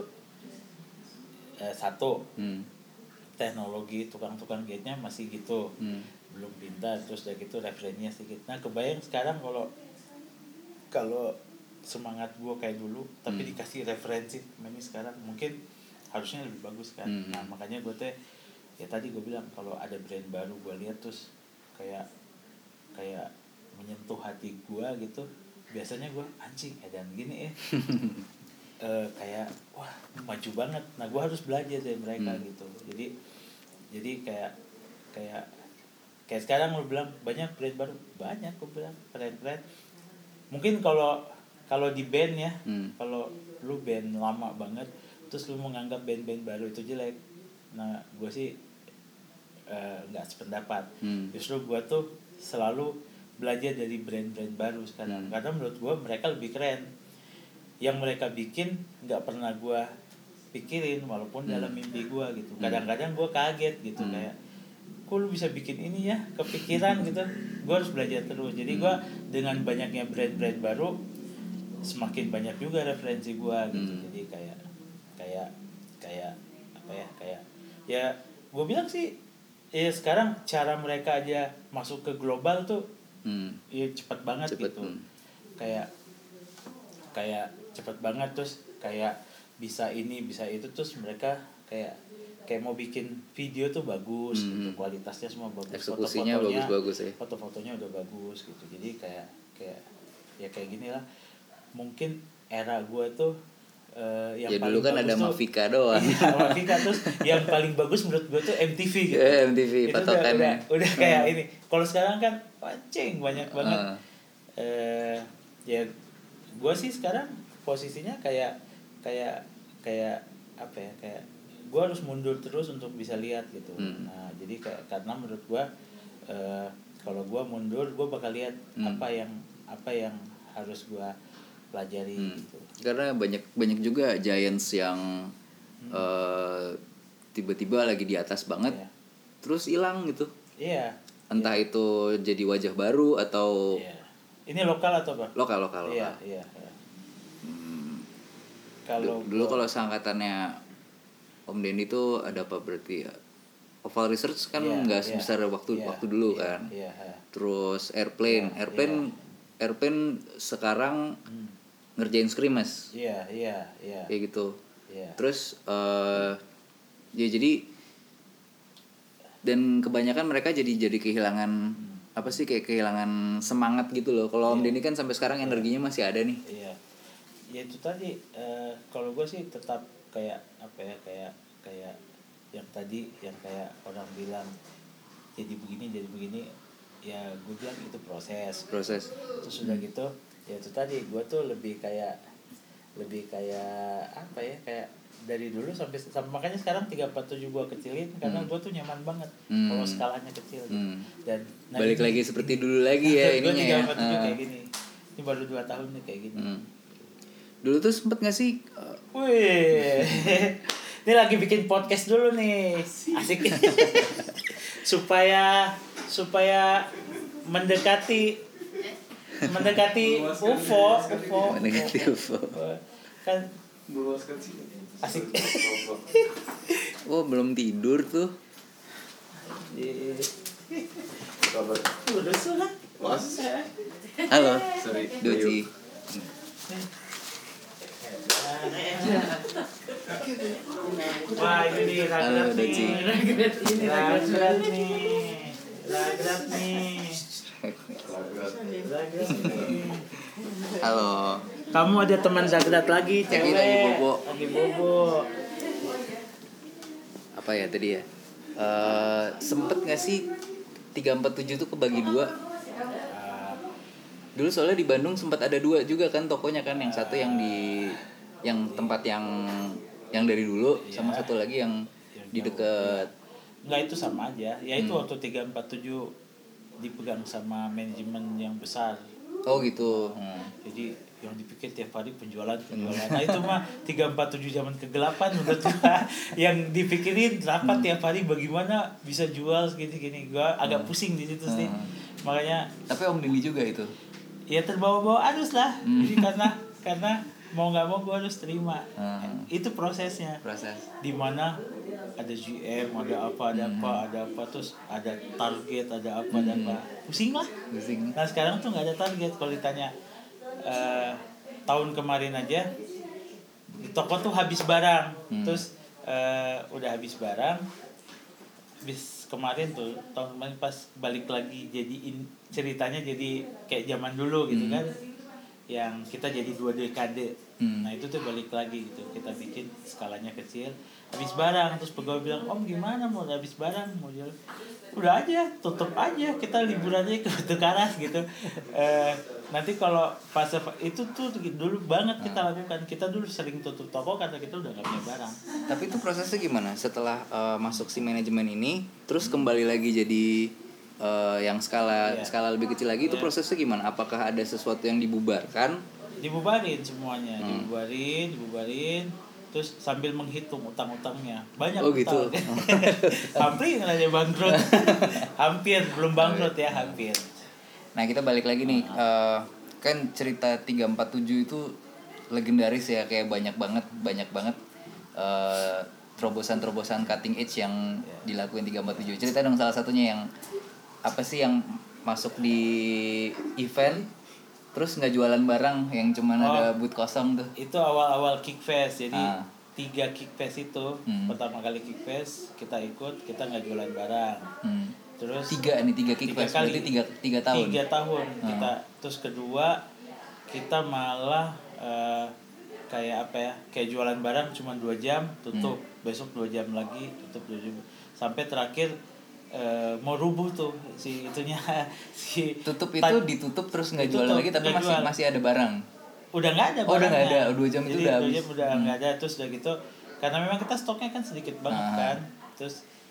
satu teknologi tukang-tukang gate-nya masih gitu. Belum pintar terus udah gitu referensinya sedikit. Nah kebayang sekarang kalau semangat gue kayak dulu tapi dikasih referensi ini sekarang mungkin harusnya lebih bagus kan. Nah makanya gue ya tadi gue bilang kalau ada brand baru gue lihat terus kayak menyentuh hati gue gitu biasanya gue anjing edan gini kayak wah maju banget. Nah gue harus belajar dari mereka gitu. Jadi kayak sekarang lu bilang banyak brand baru, banyak gue bilang brand mungkin kalau di band ya kalau lu band lama banget terus lu menganggap band-band baru itu jelek, nah gue sih nggak sependapat. Justru gue tuh selalu belajar dari brand-brand baru sekarang karena menurut gue mereka lebih keren. Yang mereka bikin nggak pernah gue pikirin walaupun dalam mimpi gue gitu. Kadang-kadang gue kaget gitu kayak kok lu bisa bikin ini ya kepikiran gitu. Gue harus belajar terus. Jadi gue dengan banyaknya brand-brand baru semakin banyak juga referensi gue gitu. Jadi kayak apa ya ya gue bilang sih ya sekarang cara mereka aja masuk ke global tuh ya cepat banget gitu. Kayak cepat banget terus kayak bisa ini bisa itu terus mereka kayak mau bikin video tuh bagus gitu, kualitasnya semua bagus, eksekusinya bagus-bagus ya, foto-fotonya udah bagus gitu. Jadi kayak ya kayak gini lah. Mungkin era gue tuh yang ya paling dulu kan bagus ada tuh, Mafika doang. iya, Mafika terus yang paling bagus menurut gue tuh MTV gitu. MTV itu patokannya. udah kayak ini. Kalau sekarang kan pancing banyak banget. Ya gue sih sekarang posisinya kayak apa ya kayak gue harus mundur terus untuk bisa lihat gitu. Nah jadi karena menurut gue kalau gue mundur gue bakal lihat apa yang harus gue pelajari gitu. Karena banyak juga giants yang tiba-tiba lagi di atas banget terus hilang gitu. Entah itu jadi wajah baru atau ini lokal atau apa? Lokal. Iya. Kalau kalau seangkatannya Om Denny itu ada apa berarti ya? Oval Research kan nggak sebesar waktu dulu kan. Terus Airplane sekarang ngerjain Screamers. Kayak gitu. Terus ya jadi dan kebanyakan mereka jadi kehilangan apa sih kayak kehilangan semangat gitu loh. Kalau Om Denny kan sampai sekarang energinya masih ada nih. Ya itu tadi kalau gue sih tetap kayak apa ya kayak yang tadi yang kayak orang bilang jadi begini ya gue bilang itu proses terus udah gitu ya itu tadi gue tuh lebih kayak apa ya kayak dari dulu sampai makanya sekarang 347 gue kecilin karena gue tuh nyaman banget kalau skalanya kecil gitu. Dan balik lagi seperti dulu lagi ya ininya ya. Kayak gini ini baru 2 tahun nih kayak gini. Dulu tuh sempet gak sih wih ini lagi bikin podcast dulu nih asik supaya mendekati UFO kan asik. Oh belum tidur tuh Udah sudah. Halo, Doci. Wah ini nih Halo, Ragrat Doci. nih. Ragrat nih. Ragrat nih. Halo. Kamu ada teman Zagrat lagi, Lagi cewek. bobo. Lagi bobo. Apa ya tadi ya? Sempet nggak sih 347 tuh kebagi dua? Dulu soalnya di Bandung sempat ada dua juga kan tokonya kan, yang satu yang di yang tempat yang dari dulu, sama satu lagi yang di dekat. Enggak, itu sama aja. Ya itu waktu 347 dipegang sama manajemen yang besar. Oh gitu. Jadi yang dipikir tiap hari penjualan. Nah itu mah 347 zaman kegelapan menurut gua. Yang dipikirin rapat tiap hari bagaimana bisa jual segini-gini. Gua agak pusing di situ sih. Makanya Tapi Om Dini juga itu. ya terbawa-bawa arus lah. Jadi karena mau nggak mau gue harus terima. Itu prosesnya. Dimana ada GM, ada apa, terus ada target, ada apa. Pusing lah. Nah sekarang tuh nggak ada target. Kalau ditanya tahun kemarin aja di toko tuh habis barang, terus udah habis barang. Habis kemarin tuh tahun kemarin pas balik lagi jadiin ceritanya jadi kayak zaman dulu gitu kan, yang kita jadi 2 dekade. Nah itu tuh balik lagi gitu, kita bikin skalanya kecil, habis barang, terus pegawai bilang, Om gimana mau habis barang, mau jual, udah aja tutup aja, kita liburannya ke Batu Karas gitu. Nanti kalau fase itu tuh dulu banget kita lakukan, kita dulu sering tutup toko karena kita udah gak punya barang. Tapi itu prosesnya gimana setelah masuk si manajemen ini, terus kembali lagi jadi yang skala lebih kecil lagi, itu prosesnya gimana? Apakah ada sesuatu yang dibubarkan? Dibubarin semuanya, dibubarin, terus sambil menghitung utang-utangnya, banyak gitu. Hampir aja bangkrut. Hampir belum bangkrut ya, hampir. Nah kita balik lagi nih, kan cerita 347 itu legendaris ya, kayak banyak banget terobosan cutting edge yang dilakuin 347. Cerita dong salah satunya, yang apa sih yang masuk di event terus nggak jualan barang, yang cuman ada booth kosong tuh. Itu awal-awal Kickfest. Jadi 3 Kickfest itu, pertama kali Kickfest kita ikut, kita nggak jualan barang. Terus 3 Kickfest berarti 3 tahun. 3 tahun kita. Terus kedua kita malah kayak apa ya? Kayak jualan barang cuma 2 jam tutup. Besok 2 jam lagi tutup 2 jam. Sampai terakhir mau rubuh tuh si itunya, si tutup itu ditutup terus nggak jualan lagi, tapi masih ada barang. Udah nggak ada barangnya. Udah nggak ada, 2 jam. Jadi, itu udah habis. 2 jam udah nggak ada. Terus udah gitu, karena memang kita stoknya kan sedikit banget kan. Terus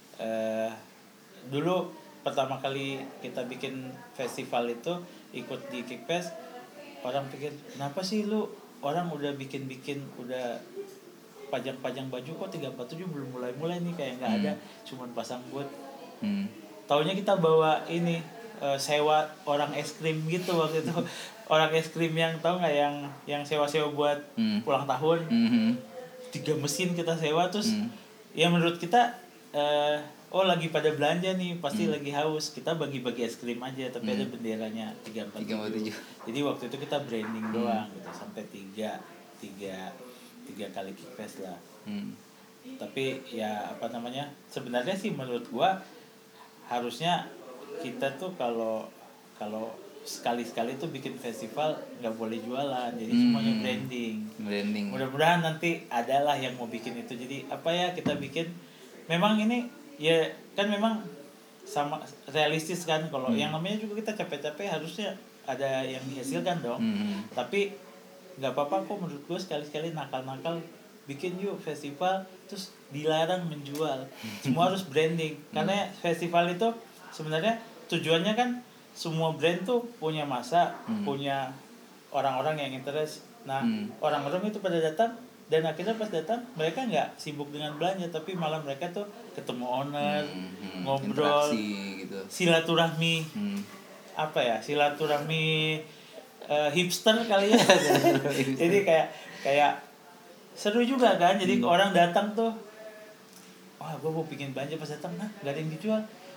dulu pertama kali kita bikin festival itu, ikut di Kickfest, orang pikir kenapa sih lu orang udah bikin udah pajang baju kok 347 belum mulai nih, kayak nggak ada, cuman pasang booth. Taunya kita bawa ini sewa orang es krim gitu waktu itu. Orang es krim yang tahu nggak, yang sewa buat ulang tahun. 3 mesin kita sewa, terus ya menurut kita lagi pada belanja nih, pasti lagi haus, kita bagi-bagi es krim aja, tapi ada benderanya 347. Jadi waktu itu kita branding doang gitu, sampai 3 kali Kickfest lah. Tapi ya apa namanya, sebenarnya sih menurut gua harusnya kita tuh kalau sekali-sekali tuh bikin festival nggak boleh jualan, jadi semuanya branding. Mudah-mudahan nanti adalah yang mau bikin itu. Jadi apa ya, kita bikin memang ini ya kan memang sama realistis kan, kalau yang namanya juga kita capek-capek harusnya ada yang dihasilkan dong. Tapi nggak apa-apa kok menurut gue, sekali-sekali nakal-nakal bikin yuk festival, terus dilarang menjual. Semua harus branding, karena festival itu sebenarnya tujuannya kan semua brand tuh punya masa, punya orang-orang yang interest. Nah orang-orang itu pada datang, dan akhirnya pas datang mereka nggak sibuk dengan belanja, tapi malah mereka tuh ketemu owner, ngobrol, gitu. silaturahmi, apa ya, silaturahmi hipster kali ya. Jadi kayak seru juga kan. Jadi orang datang tuh, wah gue mau bikin belanja, pas datang nggak ada yang dijual,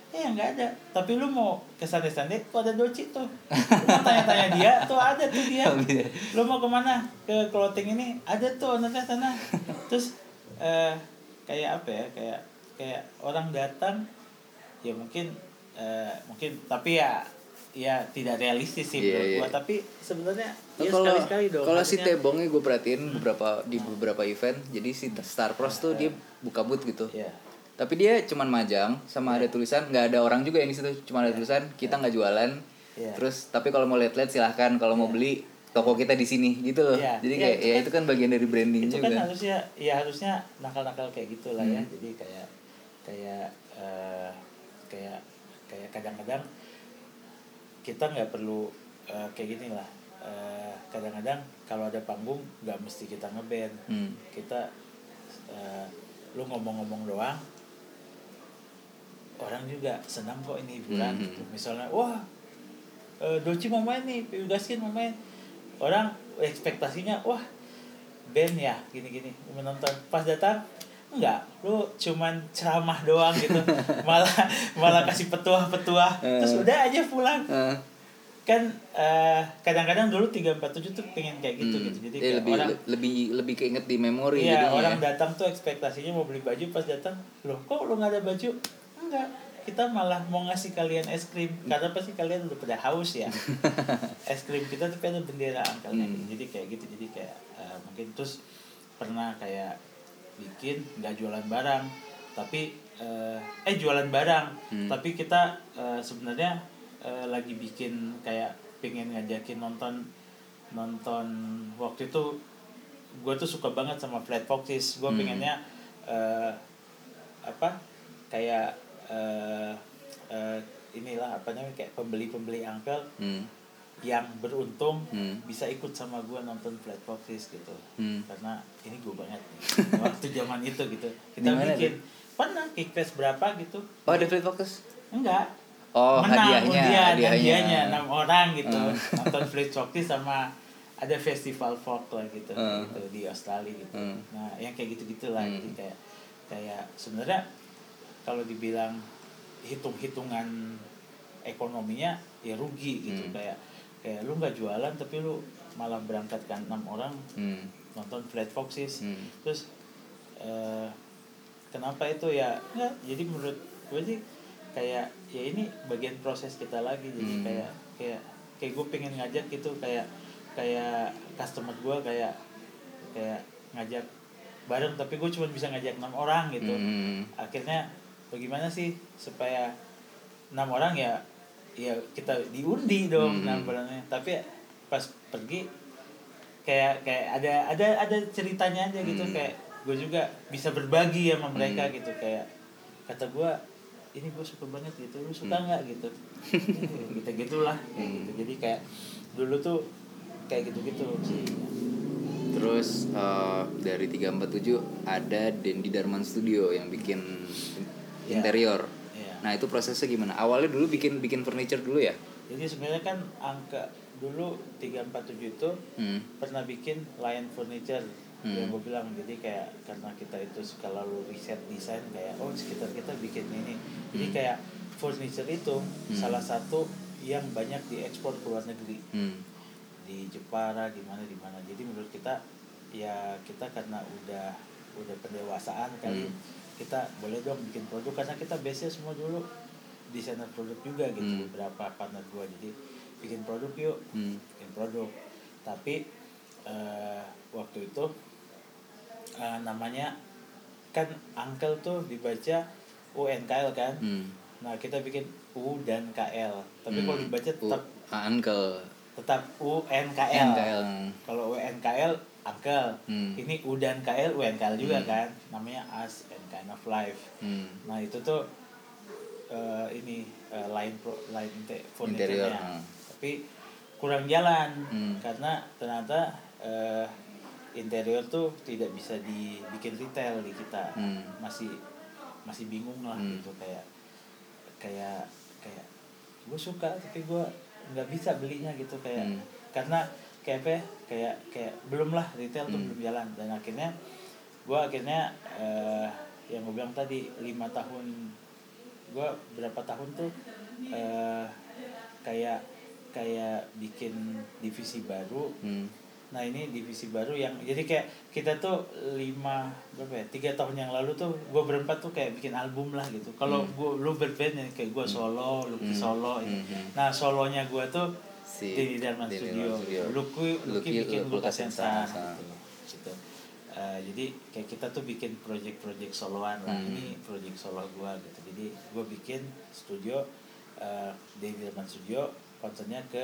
nggak ada. Tapi lu mau ke Sande-Sande tuh ada Doci tuh, lu mau tanya-tanya dia tuh ada tuh dia. Lu mau kemana, ke clothing ini ada tuh nanti sana. Terus kayak apa ya, kayak orang datang ya mungkin tapi ya tidak realistis sih menurut gua. Tapi sebenarnya ya sekali-sekali dong. Kalau si Tebongnya gue perhatiin beberapa event, jadi si Star Cross tuh dia buka booth gitu. Tapi dia cuman majang sama ada tulisan, nggak ada orang juga yang di situ, cuma ada tulisan kita nggak jualan. Terus tapi kalau mau lihat-lihat silahkan, kalau mau beli toko kita di sini gitu loh. Jadi kayak ya itu kan bagian dari branding itu juga. Itu kan harusnya nakal-nakal kayak gitulah ya. Jadi kayak kadang-kadang kita nggak perlu kayak gini lah. Kadang-kadang kalau ada panggung nggak mesti kita ngeband. Kita lu ngomong-ngomong doang, orang juga senang kok ini hiburan gitu. Misalnya wah Doci mau main nih, Piu Gaskin mau main, orang ekspektasinya wah band ya gini-gini menonton. Pas datang enggak, lu cuman ceramah doang gitu. malah kasih petuah terus udah aja pulang. Kan kadang-kadang dulu 347 tuh pengen kayak gitu. Jadi kayak lebih keinget di memori. Iya, orang datang tuh ekspektasinya mau beli baju, pas datang loh kok lu nggak ada baju. Enggak, kita malah mau ngasih kalian es krim karena pasti kalian udah pada haus ya. Es krim kita tuh ada bendera angkelnya. Jadi kayak gitu. Jadi kayak mungkin terus pernah kayak bikin nggak jualan barang tapi jualan barang tapi kita sebenarnya lagi bikin kayak pengen ngajakin nonton waktu itu. Gue tuh suka banget sama Flat Foxes. Gue pengennya kayak inilah apa namanya, kayak pembeli angkel yang beruntung bisa ikut sama gue nonton Flat Foxes gitu. Karena ini gue banget nih. Waktu zaman itu gitu kita bikin pernah Kickfest berapa gitu. Oh ada Flat Foxes? Enggak. Menang hadiahnya 6 orang gitu. Nonton Flat Foxes sama ada festival folk lah gitu, gitu di Australia gitu. Nah yang kayak gitu lah. Jadi kayak sebenarnya kalau dibilang hitung-hitungan ekonominya ya rugi gitu. Kayak lu nggak jualan tapi lu malah berangkatkan 6 orang nonton Flat Foxes. Terus kenapa itu ya enggak, jadi menurut gue sih kayak ya ini bagian proses kita lagi. Jadi kayak gue pengen ngajak gitu, kayak customer gue kayak ngajak bareng tapi gue cuma bisa ngajak 6 orang gitu. Akhirnya bagaimana sih supaya 6 orang ya kita diundi dong 6 orangnya. Tapi pas pergi kayak ada ceritanya aja gitu. Kayak gue juga bisa berbagi sama mereka gitu. Kayak kata gue ini gue suka banget gitu, lu suka nggak gitu. Gitulah gitu. Jadi kayak dulu tuh kayak gitu sih. Terus dari 347 ada Dendi Darman Studio yang bikin interior. Nah itu prosesnya gimana? Awalnya dulu bikin furniture dulu ya? Jadi sebenarnya kan angka dulu 347 itu pernah bikin line furniture yang gue bilang. Jadi kayak karena kita itu suka lalu riset desain kayak sekitar kita bikin ini. Jadi kayak furniture itu salah satu yang banyak diekspor ke luar negeri. Di Jepara di mana. Jadi menurut kita ya kita karena udah pendewasaan kali, kita boleh dong bikin produk karena kita base-nya semua dulu desainer produk juga gitu. Beberapa partner gua, jadi bikin produk yuk. Bikin produk. Tapi waktu itu namanya kan Uncle tuh dibaca UNKL kan. Nah kita bikin U dan KL, tapi kalau dibaca tetap Uncle, tetap UNKL. Kalau UNKL Uncle, ini U dan KL UNKL juga kan, namanya Us and Kind of Life. Nah itu tuh line furniture-nya, tapi kurang jalan karena ternyata interior tuh tidak bisa dibikin retail di kita. Masih bingung lah gitu, kayak gue suka tapi gue nggak bisa belinya gitu, kayak karena kayak apa ya, kayak belum lah retail tuh belum jalan. Dan akhirnya yang gue bilang tadi 5 tahun gue berapa tahun tuh kayak bikin divisi baru. Nah ini divisi baru yang jadi kayak kita tuh 3 tahun yang lalu tuh gue berempat tuh kayak bikin album lah gitu. Kalau lu berband ya kayak gue solo, Lucky solo. Nah solonya gue tuh di Darman Studio. Lucky bikin Lukas Sensa gitu. Jadi kayak kita tuh bikin project soloan lah. Ini project solo gue gitu. Jadi gue bikin studio di Darman Studio, konsennya ke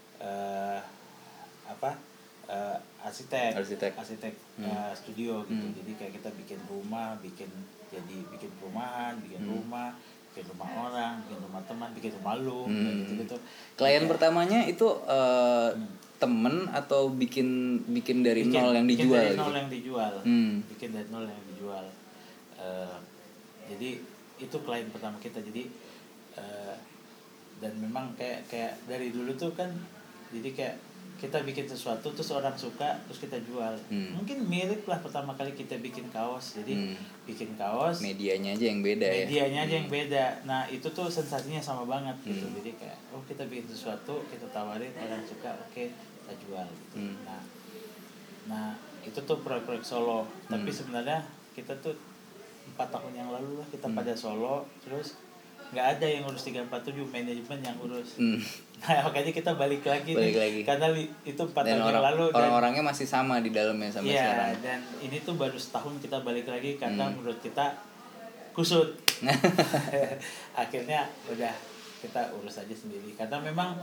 arsitek studio gitu. Jadi kayak kita bikin rumah, bikin perumahan, bikin rumah orang, bikin rumah teman, bikin rumah lu gitu. Klien pertamanya itu temen atau bikin dari nol yang dijual dari gitu? Nol yang dijual. Bikin dari nol yang dijual. Jadi itu klien pertama kita. Jadi dan memang kayak dari dulu tuh kan, jadi kayak kita bikin sesuatu terus orang suka terus kita jual. Mungkin mirip lah pertama kali kita bikin kaos. Jadi bikin kaos, medianya aja yang beda aja yang beda. Nah itu tuh sensasinya sama banget gitu. Jadi kayak kita bikin sesuatu, kita tawarin, orang suka, oke, kita jual gitu. Nah itu tuh proyek solo. Tapi sebenarnya kita tuh 4 tahun yang lalu lah kita pada solo, terus nggak ada yang urus 347, manajemen yang urus. Nah makanya kita balik lagi. Karena itu 4 tahun yang lalu orang-orangnya masih sama di dalamnya sampai sekarang. Dan ini tuh baru setahun kita balik lagi karena menurut kita kusut. Akhirnya udah kita urus aja sendiri karena memang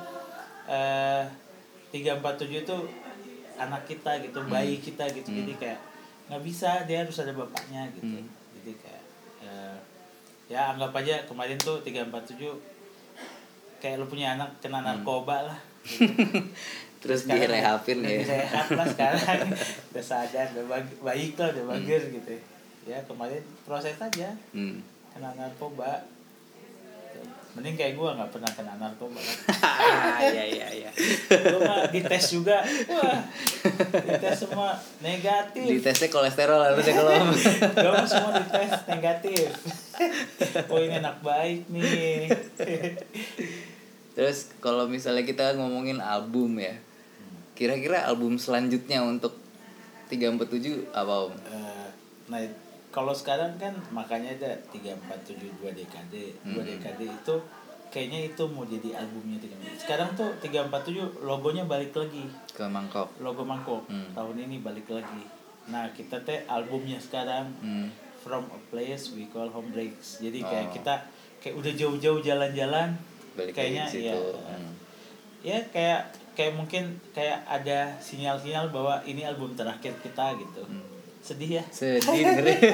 347 itu anak kita gitu, bayi kita gitu. Jadi kayak nggak bisa, dia harus ada bapaknya gitu. Jadi kayak ya anggap aja kemarin tuh 347 kayak lu punya anak kena narkoba lah gitu. Terus direhapin ya. Direhab lah sekarang. Udah sadar, udah baik lah, udah bagus gitu. Ya kemarin proses aja. Kena narkoba. Mending kayak gue nggak pernah kena narkoba kan. Iya. Gue mah dites juga, wah dites semua negatif. Ditesnya kolesterol harusnya kalau. Gue mah semua dites negatif. Oh ini anak baik nih. Terus kalau misalnya kita ngomongin album ya, kira-kira album selanjutnya untuk 347 apa Om? Nah kalau sekarang kan makanya ada 347 2 dekade. 2 dekade itu kayaknya itu mau jadi albumnya 347. Sekarang tuh 347 logonya balik lagi Ke Mangkok. Logo Mangkok. Tahun ini balik lagi. Nah kita teh albumnya sekarang From a Place We Call Home Breaks. Jadi kayak kita kayak udah jauh-jauh jalan-jalan balik kayaknya ya kayak mungkin kayak ada sinyal-sinyal bahwa ini album terakhir kita gitu. Sedih ya? Sedih ngeri.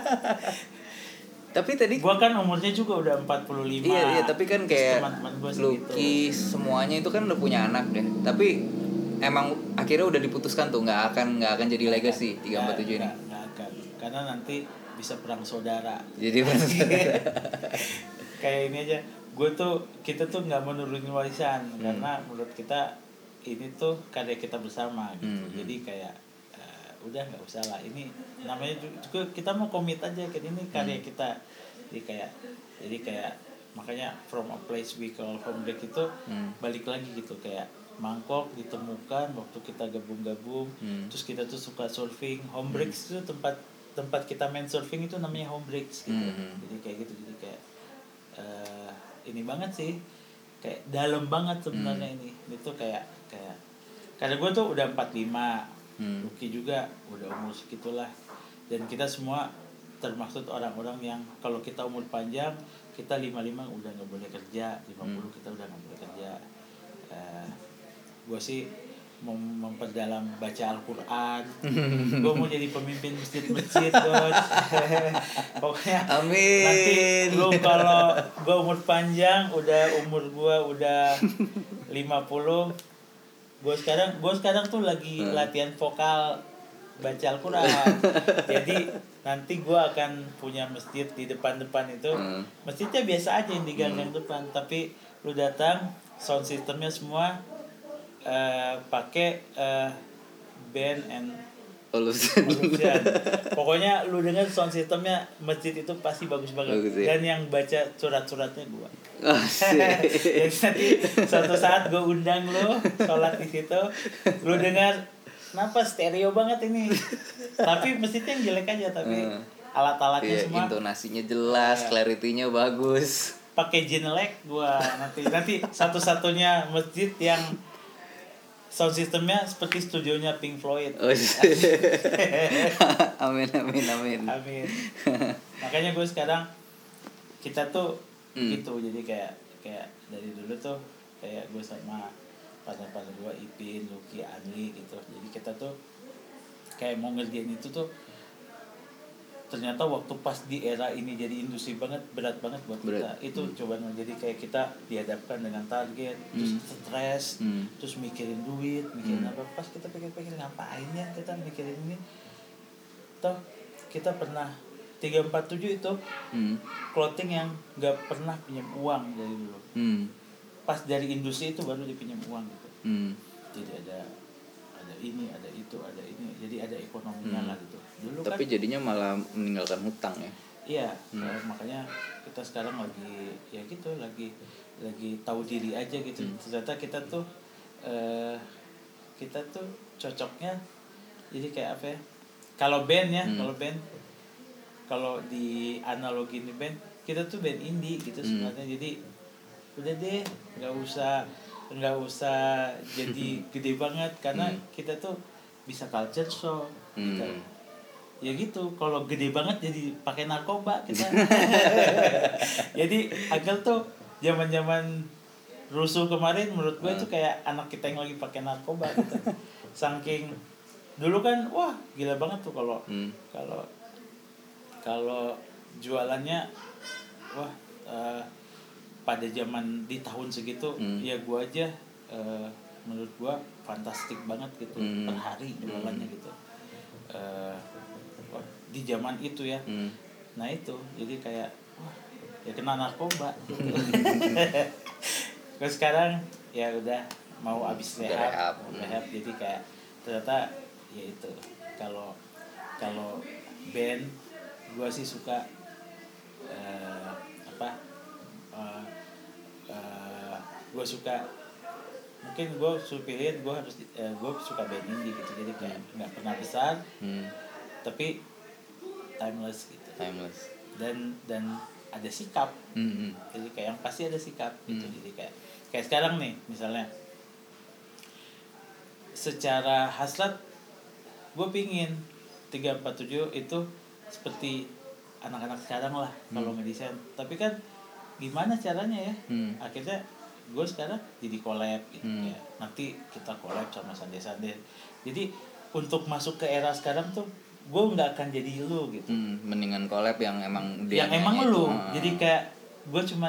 Tapi tadi gua kan umurnya juga udah 45. Iya, tapi kan kayak teman-teman gua Lucky semuanya itu kan udah punya anak deh. Tapi emang akhirnya udah diputuskan tuh nggak akan jadi legacy 347 ini. Nggak akan. Karena nanti bisa perang saudara. Jadi perang saudara. Kayak ini aja. Kita tuh nggak menurunin warisan karena menurut kita ini tuh karya kita bersama gitu. Jadi kayak udah nggak usah lah, ini namanya juga kita mau komit aja kan, ini karya kita. Jadi kayak makanya From a Place We Call Home Break itu balik lagi gitu, kayak Mangkok ditemukan waktu kita gabung-gabung. Terus kita tuh suka surfing, Home Breaks itu tempat kita main surfing itu namanya Home Breaks gitu. Jadi kayak gitu, jadi kayak ini banget sih, kayak dalam banget sebenarnya ini. Itu kayak karena gue tuh udah 45, Lucky juga udah umur segitulah, dan kita semua termaksud orang-orang yang kalau kita umur panjang, kita 55 udah nggak boleh kerja, 50 kita udah nggak boleh kerja. Gue sih mau memperdalam baca Al-Quran. Gue mau jadi pemimpin masjid-masjid, Coach. Pokoknya amin. Nanti lu kalau gue umur panjang, umur gue udah 50, gue sekarang tuh lagi latihan vokal baca Al-Quran. Jadi nanti gue akan punya masjid di depan itu. Masjidnya biasa aja yang di gang depan, tapi lu datang, sound systemnya semua pakai band and Lucian. Pokoknya lu dengar sound systemnya masjid itu pasti bagus banget. Bagus, ya? Dan yang baca surat-suratnya gua. Asik. Jadi nanti suatu saat gua undang lu sholat di situ, lu dengar kenapa stereo banget ini. Tapi masjidnya yang jelek aja, tapi alat-alatnya Iya, semua intonasinya jelas, clarity-nya bagus. pakai Genelec gua nanti satu-satunya masjid yang sound systemnya seperti studionya Pink Floyd. Oh, amin. Amin. Makanya gue sekarang kita tuh gitu, jadi kayak dari dulu tuh kayak gue sama partner gue Ipin, Lucky, Anli gitu. Jadi kita tuh kayak mau ngerjain itu tuh ternyata waktu pas di era ini jadi industri banget, berat banget buat kita. Itu cobaan. Jadi kayak kita dihadapkan dengan target, terus stres, terus mikirin duit, mikirin apa. Pas kita pikir-pikir ngapain ya kita mikirin ini. Toh kita pernah 347 itu clothing yang gak pernah pinjam uang dari dulu. Pas dari industri itu baru dipinjam uang gitu. Jadi ada ini, ada itu, ada ini. Jadi ada ekonominya lah gitu. Dulu tapi kan, jadinya malah meninggalkan hutang ya. Iya, makanya kita sekarang lagi ya gitu, lagi tahu diri aja gitu. Ternyata kita tuh cocoknya jadi kayak apa ya? Kalau band ya, kalau di analogi ini band, kita tuh band indie gitu sebenarnya. Jadi udah deh, nggak usah jadi gede banget karena kita tuh bisa culture shock gitu. Ya gitu, kalau gede banget jadi pakai narkoba kita. Jadi Agel tuh zaman rusuh kemarin menurut gue itu kayak anak kita yang lagi pakai narkoba gitu. Saking dulu kan wah gila banget tuh kalau jualannya wah pada zaman di tahun segitu ya gue aja menurut gue fantastik banget gitu per hari jualannya gitu. Di zaman itu ya. Nah itu jadi kayak wah ya kena narkoba gitu. Terus sekarang ya udah mau habis rehab jadi kayak ternyata ya itu kalau band gue sih suka gue suka mungkin gue pilihan gue suka band indie gitu, jadi kayak nggak pernah besar tapi timeless gitu, dan ada sikap. Jadi kayak yang pasti ada sikap gitu. Jadi kayak sekarang nih misalnya secara hasrat gue pingin 347 itu seperti anak-anak sekarang lah kalau ngedesain, tapi kan gimana caranya ya. Akhirnya gue sekarang jadi collab gitu ya. Nanti kita collab sama Sande. Jadi untuk masuk ke era sekarang tuh gue nggak akan jadi lu gitu. Mendingan collab yang emang dia yang emang lu. Jadi kayak gue cuman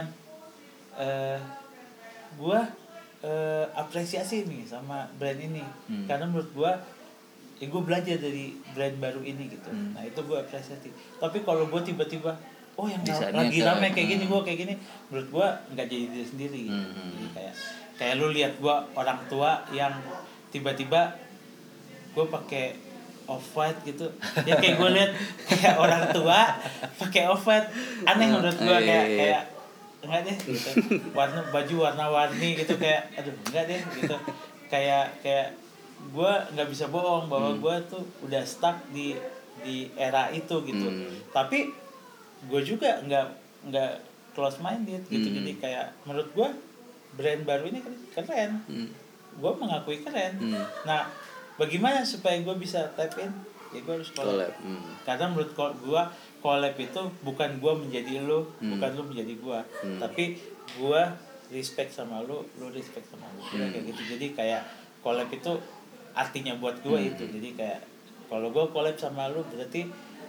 gue apresiasi nih sama brand ini karena menurut gue ya gue belajar dari brand baru ini gitu. Nah itu gue apresiasi. Tapi kalau gue tiba-tiba yang lagi rame kayak gini, gue kayak gini, menurut gue nggak jadi diri sendiri. Jadi kayak lu lihat gue orang tua yang tiba-tiba gue pakai off-white gitu ya, kayak gue lihat kayak orang tua pakai off-white aneh menurut gue, kayak enggak deh gitu, baju warna-warni gitu, kayak aduh enggak deh gitu, kayak gue nggak bisa bohong bahwa gue tuh udah stuck di era itu gitu. Tapi gue juga nggak close minded gitu. Jadi kayak menurut gue brand baru ini keren, gue mengakui keren. Nah bagaimana supaya gue bisa tap in? Ya gue harus collab. Karena menurut gue collab itu bukan gue menjadi lo, bukan lo menjadi gue, tapi gue respect sama lo respect sama lo. Kayak gitu. Jadi kayak collab itu artinya buat gue itu. Jadi kayak kalau gue collab sama lo berarti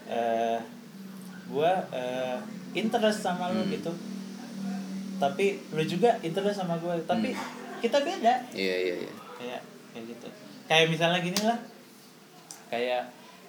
gue interest sama lo gitu. Tapi lo juga interest sama gue. Tapi kita beda. Iya. Kayak gitu. Kayak misalnya gini lah, kayak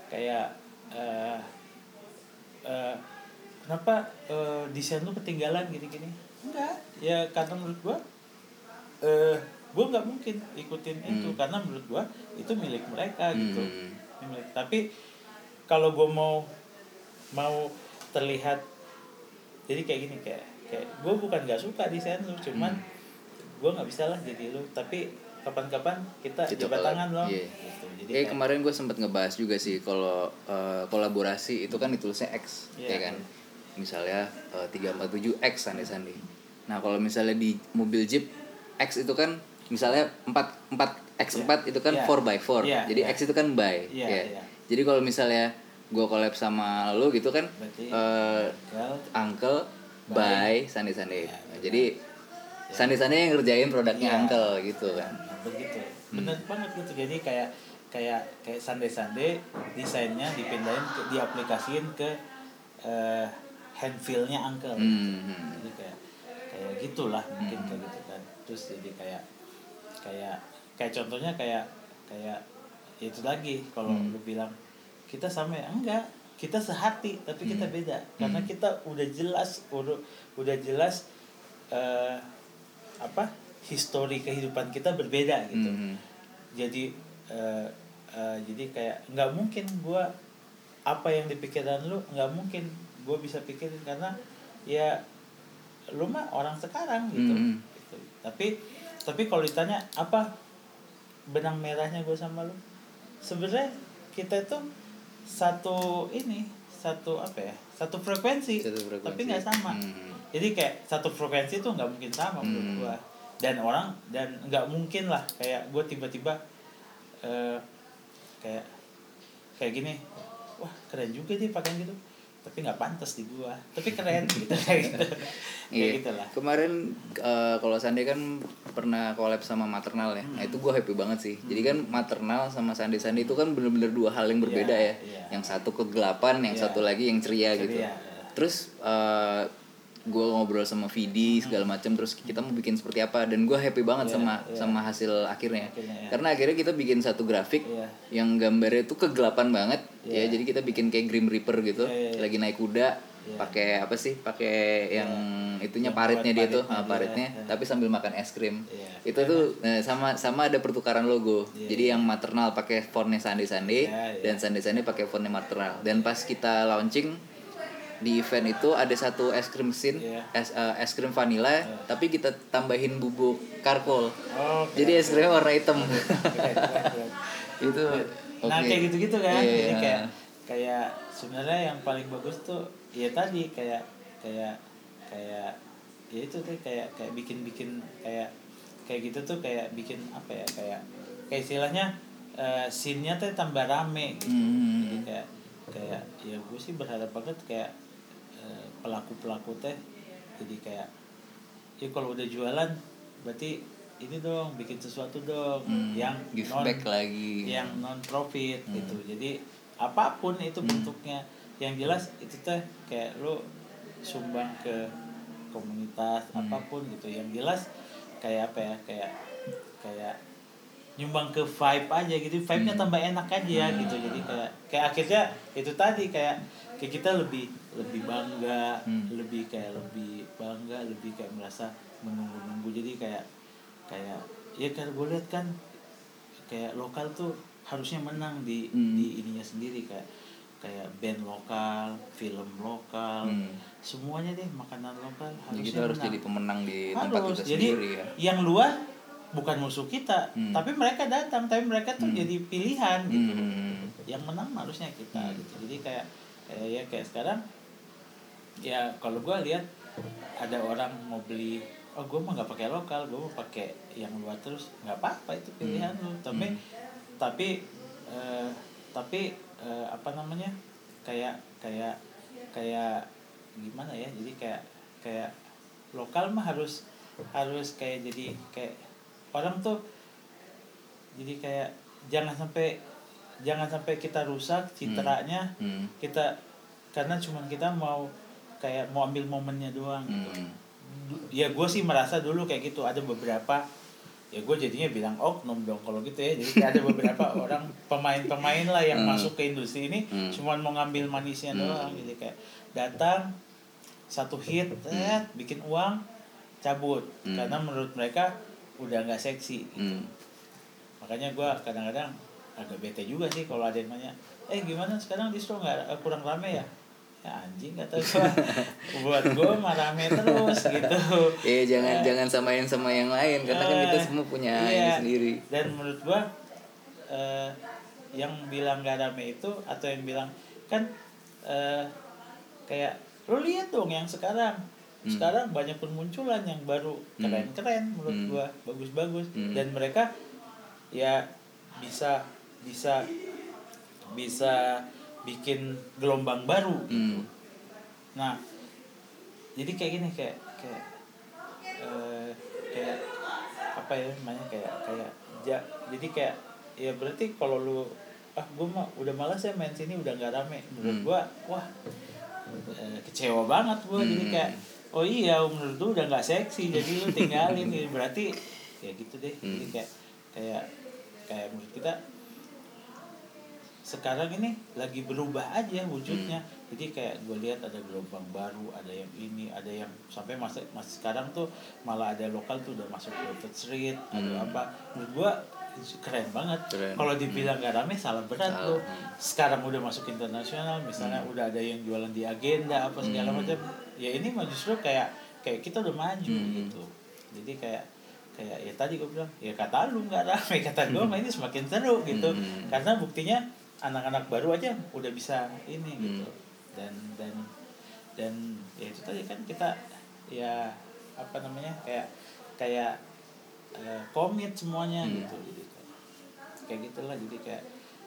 kenapa desain lu ketinggalan gini-gini? Enggak, ya karena menurut gua nggak mungkin ikutin itu, karena menurut gua itu milik mereka gitu. Tapi kalau gue mau terlihat, jadi kayak gini, kayak gue bukan nggak suka desain lu, cuman gue nggak bisa lah jadi lu, tapi kapan-kapan kita jabat tangan loh. Iya. Gitu. Jadi kayak kemarin gue sempat ngebahas juga sih kalau kolaborasi itu kan ditulisnya X, ya kan. Misalnya 347 X Sandi. Nah kalau misalnya di mobil Jeep X itu kan misalnya 4 X4 itu kan 4x4. Jadi X itu kan by. Jadi kalau misalnya gue collab sama lo gitu kan, Uncle by Sandi. Jadi Sandi yang ngerjain produknya Uncle gitu kan. Begitu. Bener banget gitu. Jadi kayak Sandi desainnya dipindahin diaplikasiin ke handfeel-nya Uncle. Jadi kayak gitulah mungkin kayak gitu kan. Terus jadi kayak contohnya kayak itu lagi kalau lu bilang kita sama ya, enggak, kita sehati tapi kita beda karena kita udah jelas histori kehidupan kita berbeda gitu. Jadi kayak nggak mungkin gua apa yang di pikiran lu nggak mungkin gua bisa pikirin karena ya lu mah orang sekarang gitu. Gitu. Tapi kalau ditanya apa benang merahnya gua sama lu, sebenarnya kita itu satu frekuensi. Tapi nggak sama. Jadi kayak satu frekuensi itu nggak mungkin sama menurut gua, dan nggak mungkin lah kayak gua tiba-tiba kayak gini, wah keren juga dia pakai gitu, tapi nggak pantas di gua, tapi keren gitu kayak gitulah. Kemarin kalau Sandi kan pernah collab sama Maternal ya. Nah itu gue happy banget sih. Jadi kan Maternal sama Sandi itu kan benar-benar dua hal yang berbeda ya. Yang satu kegelapan, yang satu lagi yang ceria gitu. Terus gue ngobrol sama Vidi segala macam, terus kita mau bikin seperti apa, dan gue happy banget sama hasil akhirnya. Karena akhirnya kita bikin satu grafik yang gambarnya itu kegelapan banget ya. Jadi kita bikin kayak Grim Reaper gitu, lagi naik kuda, pakai apa sih, pakai yang itunya paritnya dia tuh, paritnya, tapi sambil makan es krim. Itu tuh sama ada pertukaran logo. Jadi yang Maternal pakai fontnya Sandi dan Sandi pakai fontnya Maternal. Dan pas kita launching di event itu ada satu es krim mesin, es krim vanilla, tapi kita tambahin bubuk karkol. Jadi es krimnya warna hitam. Itu nah kayak gitu kan. Jadi kayak sebenarnya yang paling bagus tuh ya tadi kayak ya itu tuh kayak bikin kayak gitu tuh, kayak bikin apa ya, kayak istilahnya scene-nya tuh tambah rame gitu. Jadi kayak ya gue sih berharap banget kayak pelaku teh jadi kayak ya kalau udah jualan berarti ini dong, bikin sesuatu dong yang give back lagi, yang non profit gitu. Jadi apapun itu bentuknya, yang jelas itu teh kayak lo sumbang ke komunitas apapun gitu. Yang jelas kayak apa ya, kayak nyumbang ke vibe aja gitu, vibe-nya tambah enak aja gitu. Jadi kayak akhirnya itu tadi kayak kita lebih bangga, lebih bangga, lebih kayak merasa menunggu. Jadi kayak ya kan gue lihat kan kayak lokal tuh harusnya menang di ininya sendiri, kayak band lokal, film lokal, semuanya deh, makanan lokal harusnya kita harus menang. Jadi pemenang di tempat kita sendiri ya. Yang luar bukan musuh kita, tapi mereka datang, tapi mereka tuh jadi pilihan gitu. Yang menang harusnya kita gitu. Jadi kayak sekarang ya kalau gue lihat ada orang mau beli, oh gue mah nggak pakai lokal, gue mau pakai yang luar terus, nggak apa-apa, itu pilihan lu. Tapi apa namanya, kayak gimana ya, jadi kayak lokal mah harus kayak jadi kayak orang tuh jadi kayak jangan sampai kita rusak citranya kita karena cuma kita mau ambil momennya doang gitu. Ya gue sih merasa dulu kayak gitu, ada beberapa ya gue jadinya bilang oknum dong kalau gitu ya. Jadi ada beberapa orang pemain lah yang masuk ke industri ini cuma mau ngambil manisnya doang. Jadi kayak datang satu hit, bikin uang, cabut karena menurut mereka udah nggak seksi gitu. Makanya gue kadang-kadang agak bete juga sih kalau ada yang nanya, gimana sekarang distro nggak kurang rame ya? Ya anjing kata gua, buat gua mah rame terus gitu. Jangan samain sama yang lain, karena kan kita semua punya ini sendiri. Dan menurut gua yang bilang nggak rame itu, atau yang bilang kan kayak lo lihat dong yang sekarang banyak bermunculan yang baru keren-keren menurut gua, bagus-bagus, dan mereka ya bisa bikin gelombang baru gitu. Nah, jadi kayak gini, kayak apa ya namanya, jadi kayak ya berarti kalau lu gue mah udah malas ya main sini, udah nggak rame, menurut gua wah kecewa banget gua. Jadi kayak oh iya, menurut lu udah nggak seksi jadi lu tinggalin. Berarti ya gitu deh. Jadi kayak menurut kita sekarang ini lagi berubah aja wujudnya. Jadi kayak gue lihat ada gelombang baru, ada yang ini, ada yang sampai masih sekarang tuh malah ada lokal tuh udah masuk Velvet Street, ada apa. Menurut gue keren banget. Kalau dibilang gak rame salah berat loh. Sekarang udah masuk internasional, misalnya udah ada yang jualan di Agenda apa segala macam. Ya ini mah justru kayak kita udah maju gitu. Jadi kayak ya tadi gue bilang, ya kata lu nggak rame, kata gue mah ini semakin seru gitu. Karena buktinya anak-anak baru aja udah bisa ini gitu. Dan ya itu tadi kan kita ya apa namanya, kayak komit semuanya gitu. Jadi kayak gitulah. Jadi kayak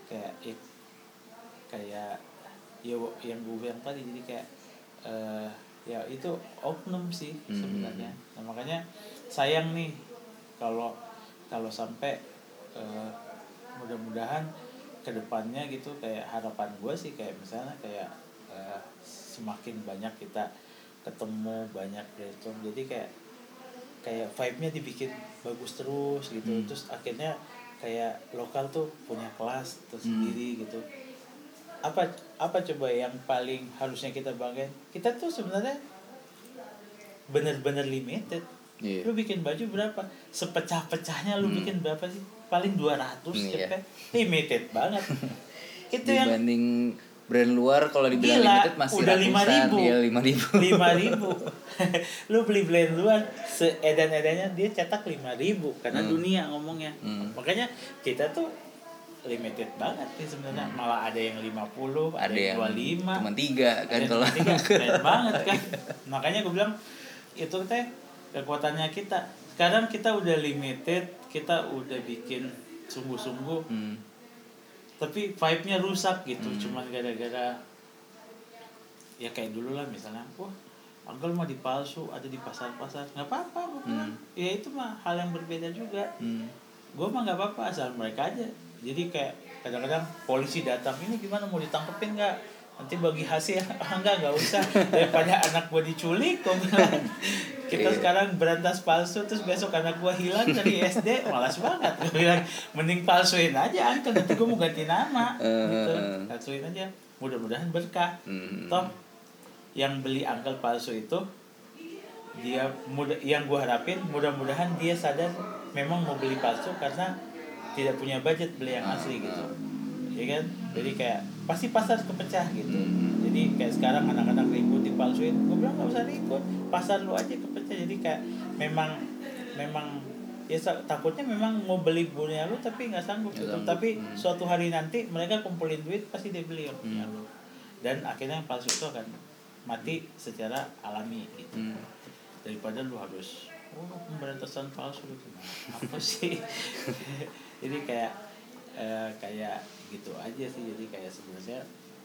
ya yang gue bilang tadi, jadi kayak ya itu oknum sih sebenarnya. Nah, makanya sayang nih kalau sampai mudah-mudahan kedepannya gitu, kayak harapan gue sih kayak misalnya kayak semakin banyak kita ketemu, banyak brainstorm, jadi kayak vibe-nya dibikin bagus terus gitu. Terus akhirnya kayak lokal tuh punya kelas tersendiri gitu. Apa coba yang paling harusnya kita banggain? Kita tuh sebenarnya bener-bener limited. Lu bikin baju berapa? Sepecah-pecahnya lu bikin berapa sih? Paling 200 cepet. Limited banget. Itu dibanding brand luar kalau dibilang limited masih udah ratusan. 5.000. Ya 5.000. Lu beli brand luar seedan-edannya dia cetak 5.000 karena dunia ngomongnya. Makanya kita tuh limited banget nih sebenarnya. Malah ada yang 50, ada yang 25, cuma 3 kan. Kalau keren banget kan. Makanya gue bilang itu teh kekuatannya kita. Sekarang kita udah limited, kita udah bikin sungguh-sungguh, tapi vibe-nya rusak gitu. Cuman gara-gara ya kayak dulu lah misalnya, wah Uncle mah dipalsu ada di pasar-pasar, nggak apa-apa gue bilang. Ya itu mah hal yang berbeda juga. Gue mah nggak apa-apa asal mereka aja. Jadi kayak kadang-kadang polisi datang, ini gimana mau ditangkepin nggak? Nanti bagi hasil. Enggak usah, daripada anak gue diculik gue bilang. Kita sekarang berantas palsu, terus besok anak gue hilang dari SD, malas banget gue bilang. Mending palsuin aja Uncle, nanti gue mau ganti nama gitu. Palsuin aja, mudah-mudahan berkah. Toh yang beli Uncle palsu itu dia yang gue harapin mudah-mudahan dia sadar memang mau beli palsu karena tidak punya budget beli yang asli gitu. Ya kan? Jadi kayak pasti pasar kepecah gitu. Jadi kayak sekarang anak-anak ribut dipalsuin, gue bilang nggak usah ribut, pasar lu aja kepecah. Jadi kayak memang ya takutnya memang mau beli punya lu tapi nggak sanggup gitu. Tapi suatu hari nanti mereka kumpulin duit pasti dia beli yang punya lu. Dan akhirnya yang palsu itu akan mati secara alami gitu. Daripada lu harus pemberantasan palsu gitu. Apa sih? Jadi kayak gitu aja sih. Jadi kayak sebenarnya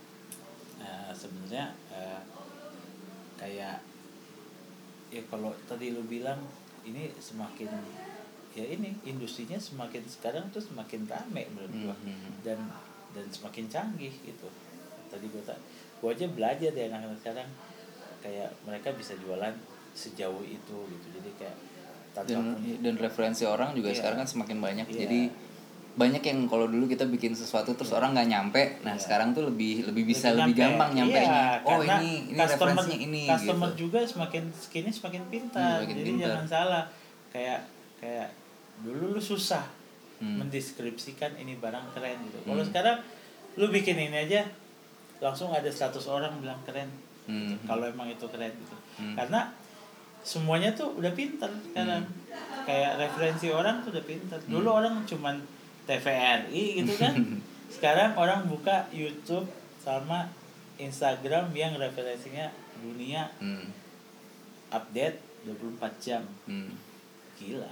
kayak ya kalau tadi lu bilang ini semakin ya ini industrinya semakin sekarang tuh semakin rame menurut gua dan semakin canggih gitu. Tadi gua aja belajar dari anak-anak sekarang kayak mereka bisa jualan sejauh itu gitu. Jadi kayak dan referensi orang juga sekarang kan semakin banyak. Jadi banyak yang kalau dulu kita bikin sesuatu terus orang nggak nyampe, nah sekarang tuh lebih bisa lebih gampang nyampenya. Ini referensinya ini. Customer gitu. juga skinnya semakin pintar. Jadi jangan salah. Kayak dulu lu susah mendeskripsikan ini barang keren gitu. Kalau sekarang lu bikin ini aja langsung ada 100 orang bilang keren gitu. Kalau emang itu keren gitu. Karena semuanya tuh udah pinter sekarang. Kayak referensi orang tuh udah pinter. Dulu orang cuman TVRI gitu kan. Sekarang orang buka YouTube sama Instagram yang referensinya dunia update 24 jam. Gila.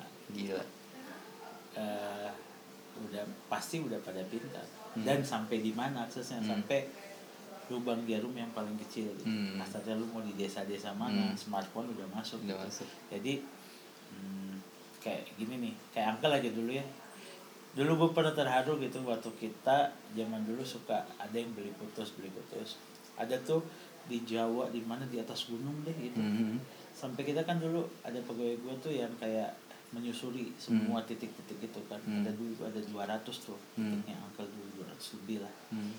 Udah pasti udah pada pintar. Dan sampai di mana aksesnya? Sampai lubang jarum yang paling kecil gitu. Asalnya lu mau di desa-desa mana, smartphone udah masuk. Jadi kayak gini nih, kayak Uncle aja dulu ya. Dulu gue pernah terharu gitu waktu kita zaman dulu suka ada yang beli putus. Ada tuh di Jawa di mana di atas gunung deh gitu. Sampai kita kan dulu ada pegawai gue tuh yang kayak menyusuri semua titik-titik itu kan. Ada 200 tuh titiknya Uncle dulu 200 lebih lah.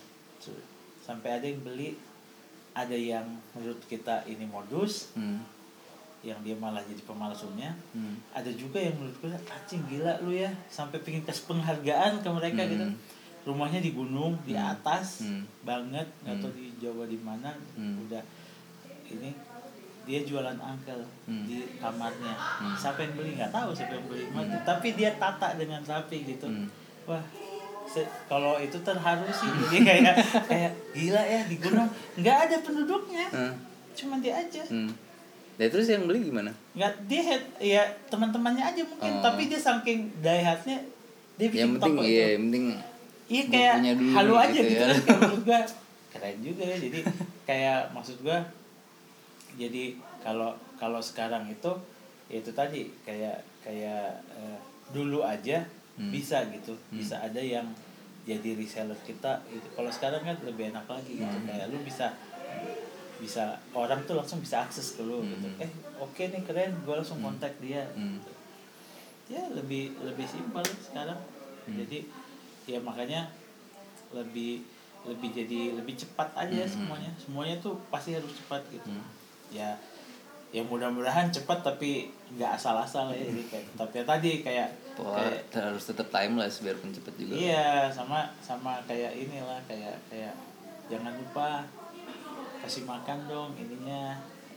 Sampai ada yang beli, ada yang menurut kita ini modus, yang dia malah jadi pemalsunya. Ada juga yang menurut gue anjing gila lu ya, sampai pengen kasih penghargaan ke mereka gitu. Rumahnya di gunung di atas banget, nggak tahu di Jawa di mana. Udah ini dia jualan angkel di kamarnya. Siapa yang beli nggak tahu, siapa yang beli tapi dia tata dengan rapi gitu. Wah, kalau itu terharu sih. Jadi kayak gila ya, di gunung nggak ada penduduknya, cuma dia aja. Nah terus yang beli gimana? Nggak, dia ya teman-temannya aja mungkin, tapi dia saking die-hardnya dia bikin toko itu. Yang penting iya kayak halu aja gitu ya. Kan. Kayak menurut gue keren juga ya. Jadi kayak maksud gue, jadi kalau sekarang itu ya itu tadi kayak dulu aja bisa gitu, bisa ada yang jadi reseller kita gitu. Kalau sekarang kan lebih enak lagi gitu, kayak lu bisa orang tuh langsung bisa akses ke lu gitu. Oke nih keren, gue langsung kontak dia gitu. Ya lebih simpel sekarang. Jadi ya makanya lebih jadi lebih cepat aja semuanya tuh pasti harus cepat gitu. Ya mudah-mudahan cepat tapi nggak asal-asal ya. Jadi kayak tapi ya tadi kayak harus tetap timeless biarpun cepat juga. Iya, sama kayak inilah kayak jangan lupa kasih makan dong ininya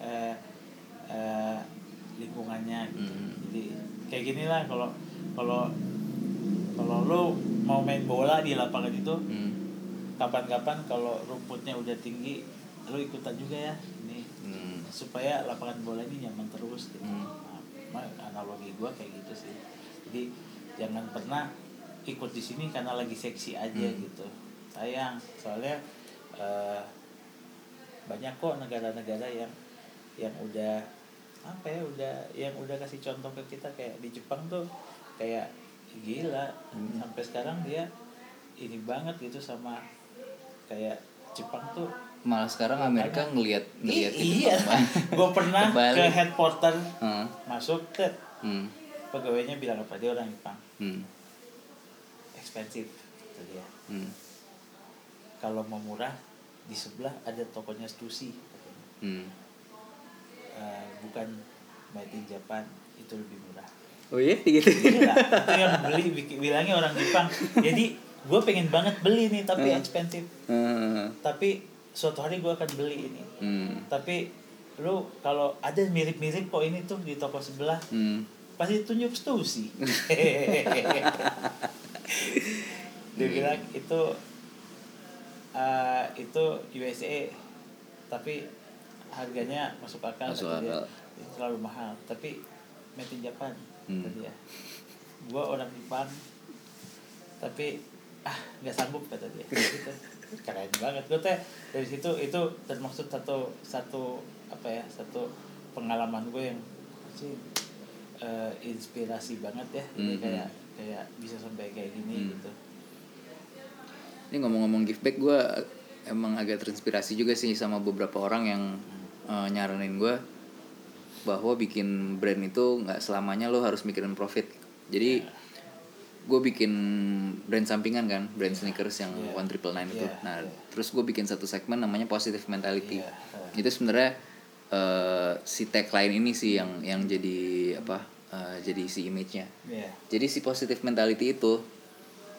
lingkungannya gitu. Jadi kayak gini lah, kalau lo mau main bola di lapangan itu kapan-kapan kalau rumputnya udah tinggi lo ikutan juga ya ini supaya lapangan bola ini nyaman terus gitu. Nah, analogi gue kayak gitu sih. Jadi jangan pernah ikut di sini karena lagi seksi aja gitu. Sayang, soalnya banyak kok negara-negara yang udah yang udah kasih contoh ke kita. Kayak di Jepang tuh kayak gila, sampai sekarang dia ini banget gitu sama kayak Jepang tuh. Malah sekarang Amerika ngelihat iya. Gue pernah ke headquarter masuk pegawainya bilang apa, dia orang Jepang. Expensive kata dia. Kalau mau murah di sebelah ada tokonya Stussy bukan made in Japan, itu lebih murah. Oh iya gitu. Gila, itu yang beli bilangnya orang Jepang. Jadi gue pengen banget beli nih tapi expensive. Tapi suatu hari gue akan beli ini. Tapi lu kalau ada mirip-mirip kok ini tuh di toko sebelah, pasti tunjuk Stussy. Dia bilang itu USA tapi harganya masuk akal. Dia terlalu mahal tapi made in Japan kata dia. Gua orang Jepang tapi nggak sanggup kata dia gitu. Keren banget. Gue teh dari situ itu termaksud satu pengalaman gue yang sih inspirasi banget ya. Jadi kayak bisa sampai kayak gini gitu. Ini ngomong-ngomong give back, gue emang agak terinspirasi juga sih sama beberapa orang yang nyaranin gue bahwa bikin brand itu nggak selamanya lo harus mikirin profit. Jadi gue bikin brand sampingan kan, brand sneakers yang 1999 itu. Nah, terus gue bikin satu segmen namanya positive mentality. Itu sebenarnya si tagline ini sih yang jadi jadi si image-nya. Jadi si positive mentality itu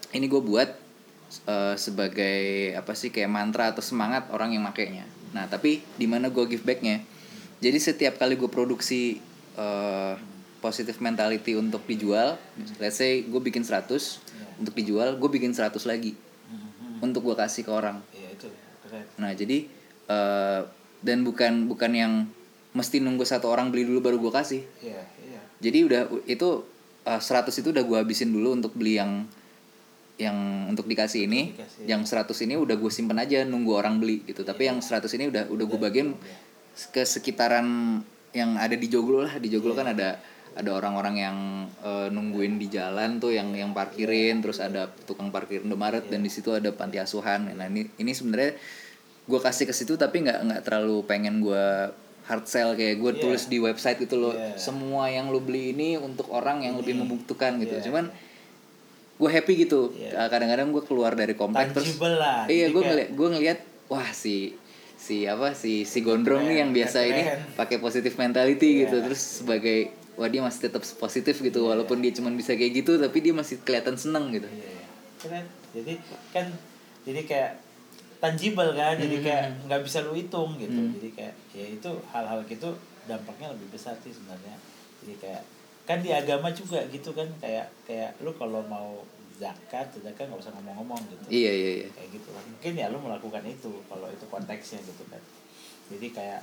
ini gue buat sebagai apa sih kayak mantra atau semangat orang yang makainya. Nah tapi di mana gue give backnya, jadi setiap kali gue produksi positive mentality untuk dijual, let's say gue bikin 100 untuk dijual, gue bikin 100 lagi untuk gue kasih ke orang. Iya itu keren. Nah jadi dan bukan yang mesti nunggu satu orang beli dulu baru gue kasih. Iya. Jadi udah itu 100 itu udah gue habisin dulu untuk beli yang untuk dikasih ini. Yang 100 ini udah gue simpen aja nunggu orang beli gitu. Tapi yang 100 ini udah gue bagiin ke sekitaran yang ada di Joglo lah. Di Joglo kan ada orang-orang yang nungguin di jalan tuh yang parkirin, terus ada tukang parkir Indomaret dan di situ ada panti asuhan. Nah ini sebenarnya gue kasih ke situ tapi nggak terlalu pengen gue hard sell kayak gue tulis di website gitu loh. Semua yang lo beli ini untuk orang yang lebih membutuhkan gitu. Cuman gue happy gitu. Kadang-kadang gue keluar dari komplek terus iya gue ngeliat wah si gondrong nih yang biasa ini pakai positive mentality gitu, terus sebagai wah dia masih tetap positif gitu walaupun dia cuma bisa kayak gitu tapi dia masih kelihatan seneng gitu. Keren. Jadi kayak tangible kan, jadi kayak nggak bisa lu hitung gitu. Jadi kayak ya itu hal-hal gitu dampaknya lebih besar sih sebenarnya. Jadi kayak kan di agama juga gitu kan, kayak lu kalau mau zakat nggak usah ngomong-ngomong gitu. Iya. Kayak gitu kan. Mungkin ya lu melakukan itu kalau itu konteksnya gitu kan. Jadi kayak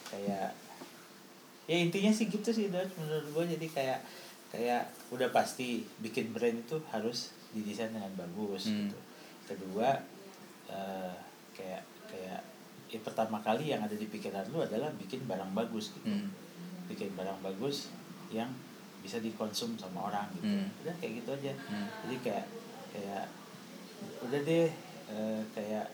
ya intinya sih gitu sih menurut gue. Jadi kayak udah pasti bikin brand itu harus didesain dengan bagus gitu. Kedua kayak ya pertama kali yang ada di pikiran lu adalah bikin barang bagus gitu. Bikin barang bagus yang bisa dikonsum sama orang gitu. Udah kayak gitu aja. Jadi kayak udah deh kayak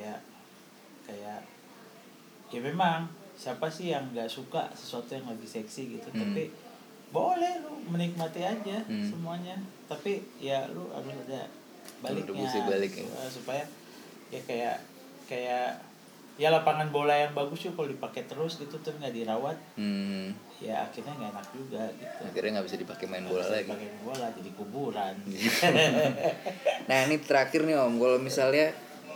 ya memang siapa sih yang nggak suka sesuatu yang lagi seksi gitu. Tapi boleh lu menikmati aja semuanya. Tapi ya lu harus ada baliknya supaya ya kayak ya lapangan bola yang bagus tuh kalau dipakai terus gitu tuh nggak dirawat, ya akhirnya nggak enak juga gitu. Akhirnya nggak bisa dipakai main bola lagi. Pakai bola jadi kuburan. Nah ini terakhir nih Om, kalau misalnya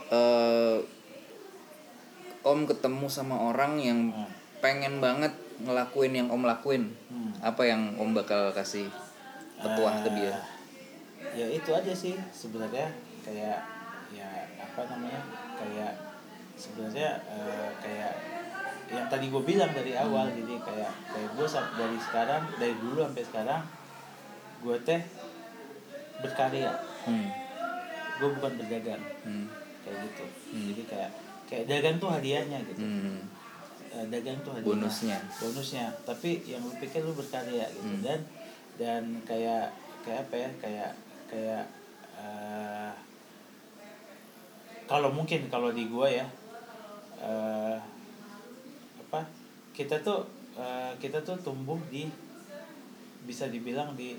Om ketemu sama orang yang pengen banget ngelakuin yang Om lakuin, apa yang Om bakal kasih petuah ke dia? Ya itu aja sih sebenarnya, kayak ya apa namanya, kayak sebenarnya kayak yang tadi gue bilang dari awal. Jadi kayak gue dari dulu sampai sekarang gue berkarya, gue bukan berdagang, kayak gitu. Jadi kayak dagang tuh hadiahnya gitu. Dagang tuh hadiah, bonusnya tapi yang lu pikir lu berkarya gitu. Dan kayak apa ya, kayak kalau di gua ya kita tuh tumbuh di, bisa dibilang di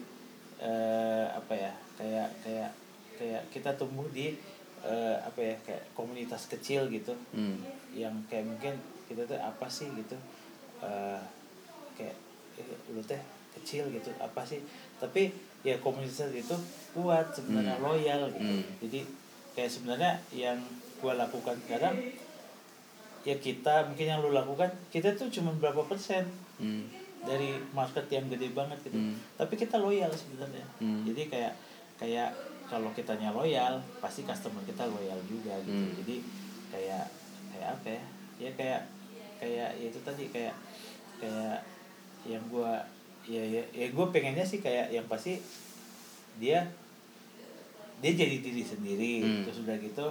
kayak kita tumbuh di kayak komunitas kecil gitu. Yang kayak mungkin kita tuh apa sih gitu, kayak lu kecil gitu apa sih, tapi ya komunitas itu kuat sebenarnya, loyal gitu. Jadi kayak sebenarnya yang gua lakukan sekarang ya kita mungkin yang lu lakukan kita tuh cuma berapa persen dari market yang gede banget gitu. Tapi kita loyal sebenarnya. Jadi kayak kalau kitanya loyal pasti customer kita loyal juga gitu. Jadi kayak apa ya, ya kayak itu tadi kayak yang gua ya gue pengennya sih kayak yang pasti dia jadi diri sendiri. Terus udah gitu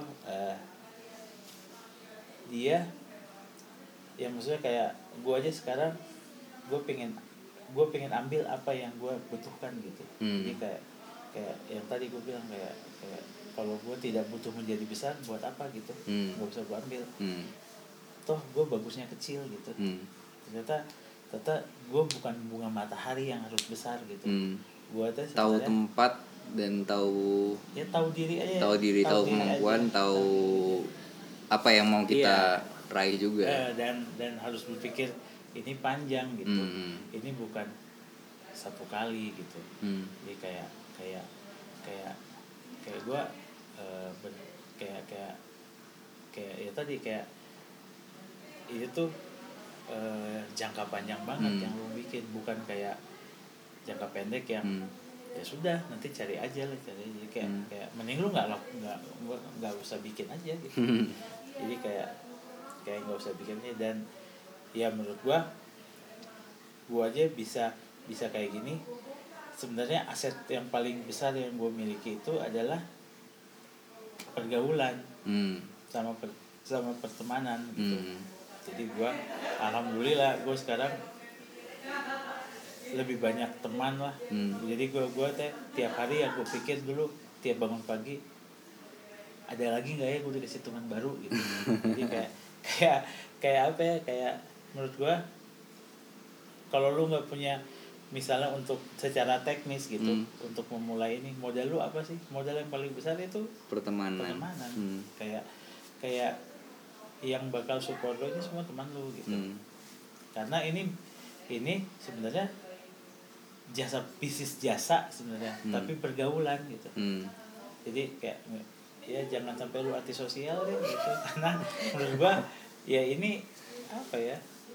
dia yang maksudnya kayak gue aja sekarang gue pengen ambil apa yang gue butuhkan gitu. Jadi kayak yang tadi gue bilang kayak kalau gue tidak butuh menjadi besar buat apa gitu, nggak usah gue ambil. Toh gue bagusnya kecil gitu. Ternyata gue bukan bunga matahari yang harus besar gitu. Gue tahu tempat dan tahu diri aja, tahu kemampuan, tahu apa yang mau kita raih juga. Dan harus berpikir ini panjang gitu. Ini bukan satu kali gitu. Jadi kayak kayak gue kayak ya tadi kayak itu tuh jangka panjang banget yang lu bikin, bukan kayak jangka pendek yang ya sudah nanti cari aja kayak mending lu nggak usah bikin aja gitu. Jadi kayak nggak usah bikinnya. Dan ya menurut gua aja bisa kayak gini. Sebenarnya aset yang paling besar yang gua miliki itu adalah pergaulan sama pertemanan gitu. Jadi gue alhamdulillah gue sekarang lebih banyak teman lah. Jadi gue tiap hari yang gue pikir dulu tiap bangun pagi ada lagi nggak ya gue dikasih teman baru gitu. Jadi kayak apa ya, kayak menurut gue kalau lu nggak punya misalnya untuk secara teknis gitu untuk memulai ini, modal lu apa sih? Modal yang paling besar itu pertemanan. Kayak yang bakal support lo ini semua teman lo gitu. Karena ini sebenarnya bisnis jasa sebenarnya, tapi pergaulan gitu. Jadi kayak ya jangan sampai lu antisosial deh gitu. Karena menurut gua ya ini apa ya,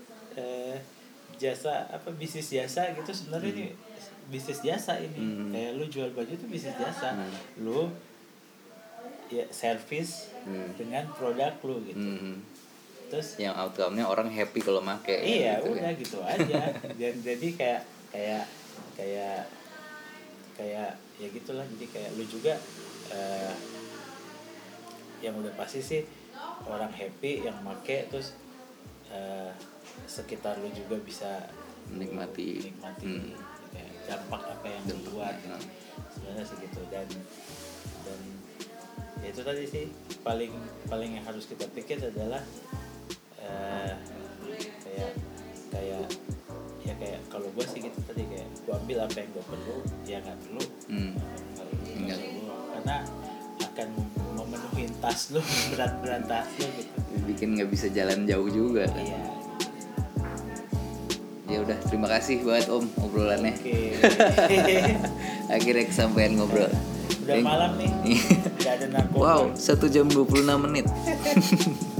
bisnis jasa gitu sebenarnya. Ini bisnis jasa ini. Kayak lu jual baju itu bisnis jasa. Lu ya servis dengan produk lu gitu. Terus yang outcome-nya orang happy kalau make. Iya, gitu, udah kan? Gitu aja. Dan jadi kayak ya gitulah. Jadi kayak lu juga yang udah pasti sih orang happy yang make, terus sekitar lu juga bisa menikmati kayak dampak apa yang lu buat sebenarnya sih gitu. Dan ya itu tadi sih paling yang harus kita pikir adalah kayak kalau gue sih gitu tadi, kayak gue ambil apa yang gue perlu, ya nggak perlu nggak perlu, karena akan memenuhi tas lu, berat tas lu gitu, bikin nggak bisa jalan jauh juga kan. Iya. Ya udah, terima kasih banget Om obrolannya. Oke. Akhirnya kesampaian ngobrol. Udah malam nih. Gak ada narkoba. Wow, 1 jam 26 menit.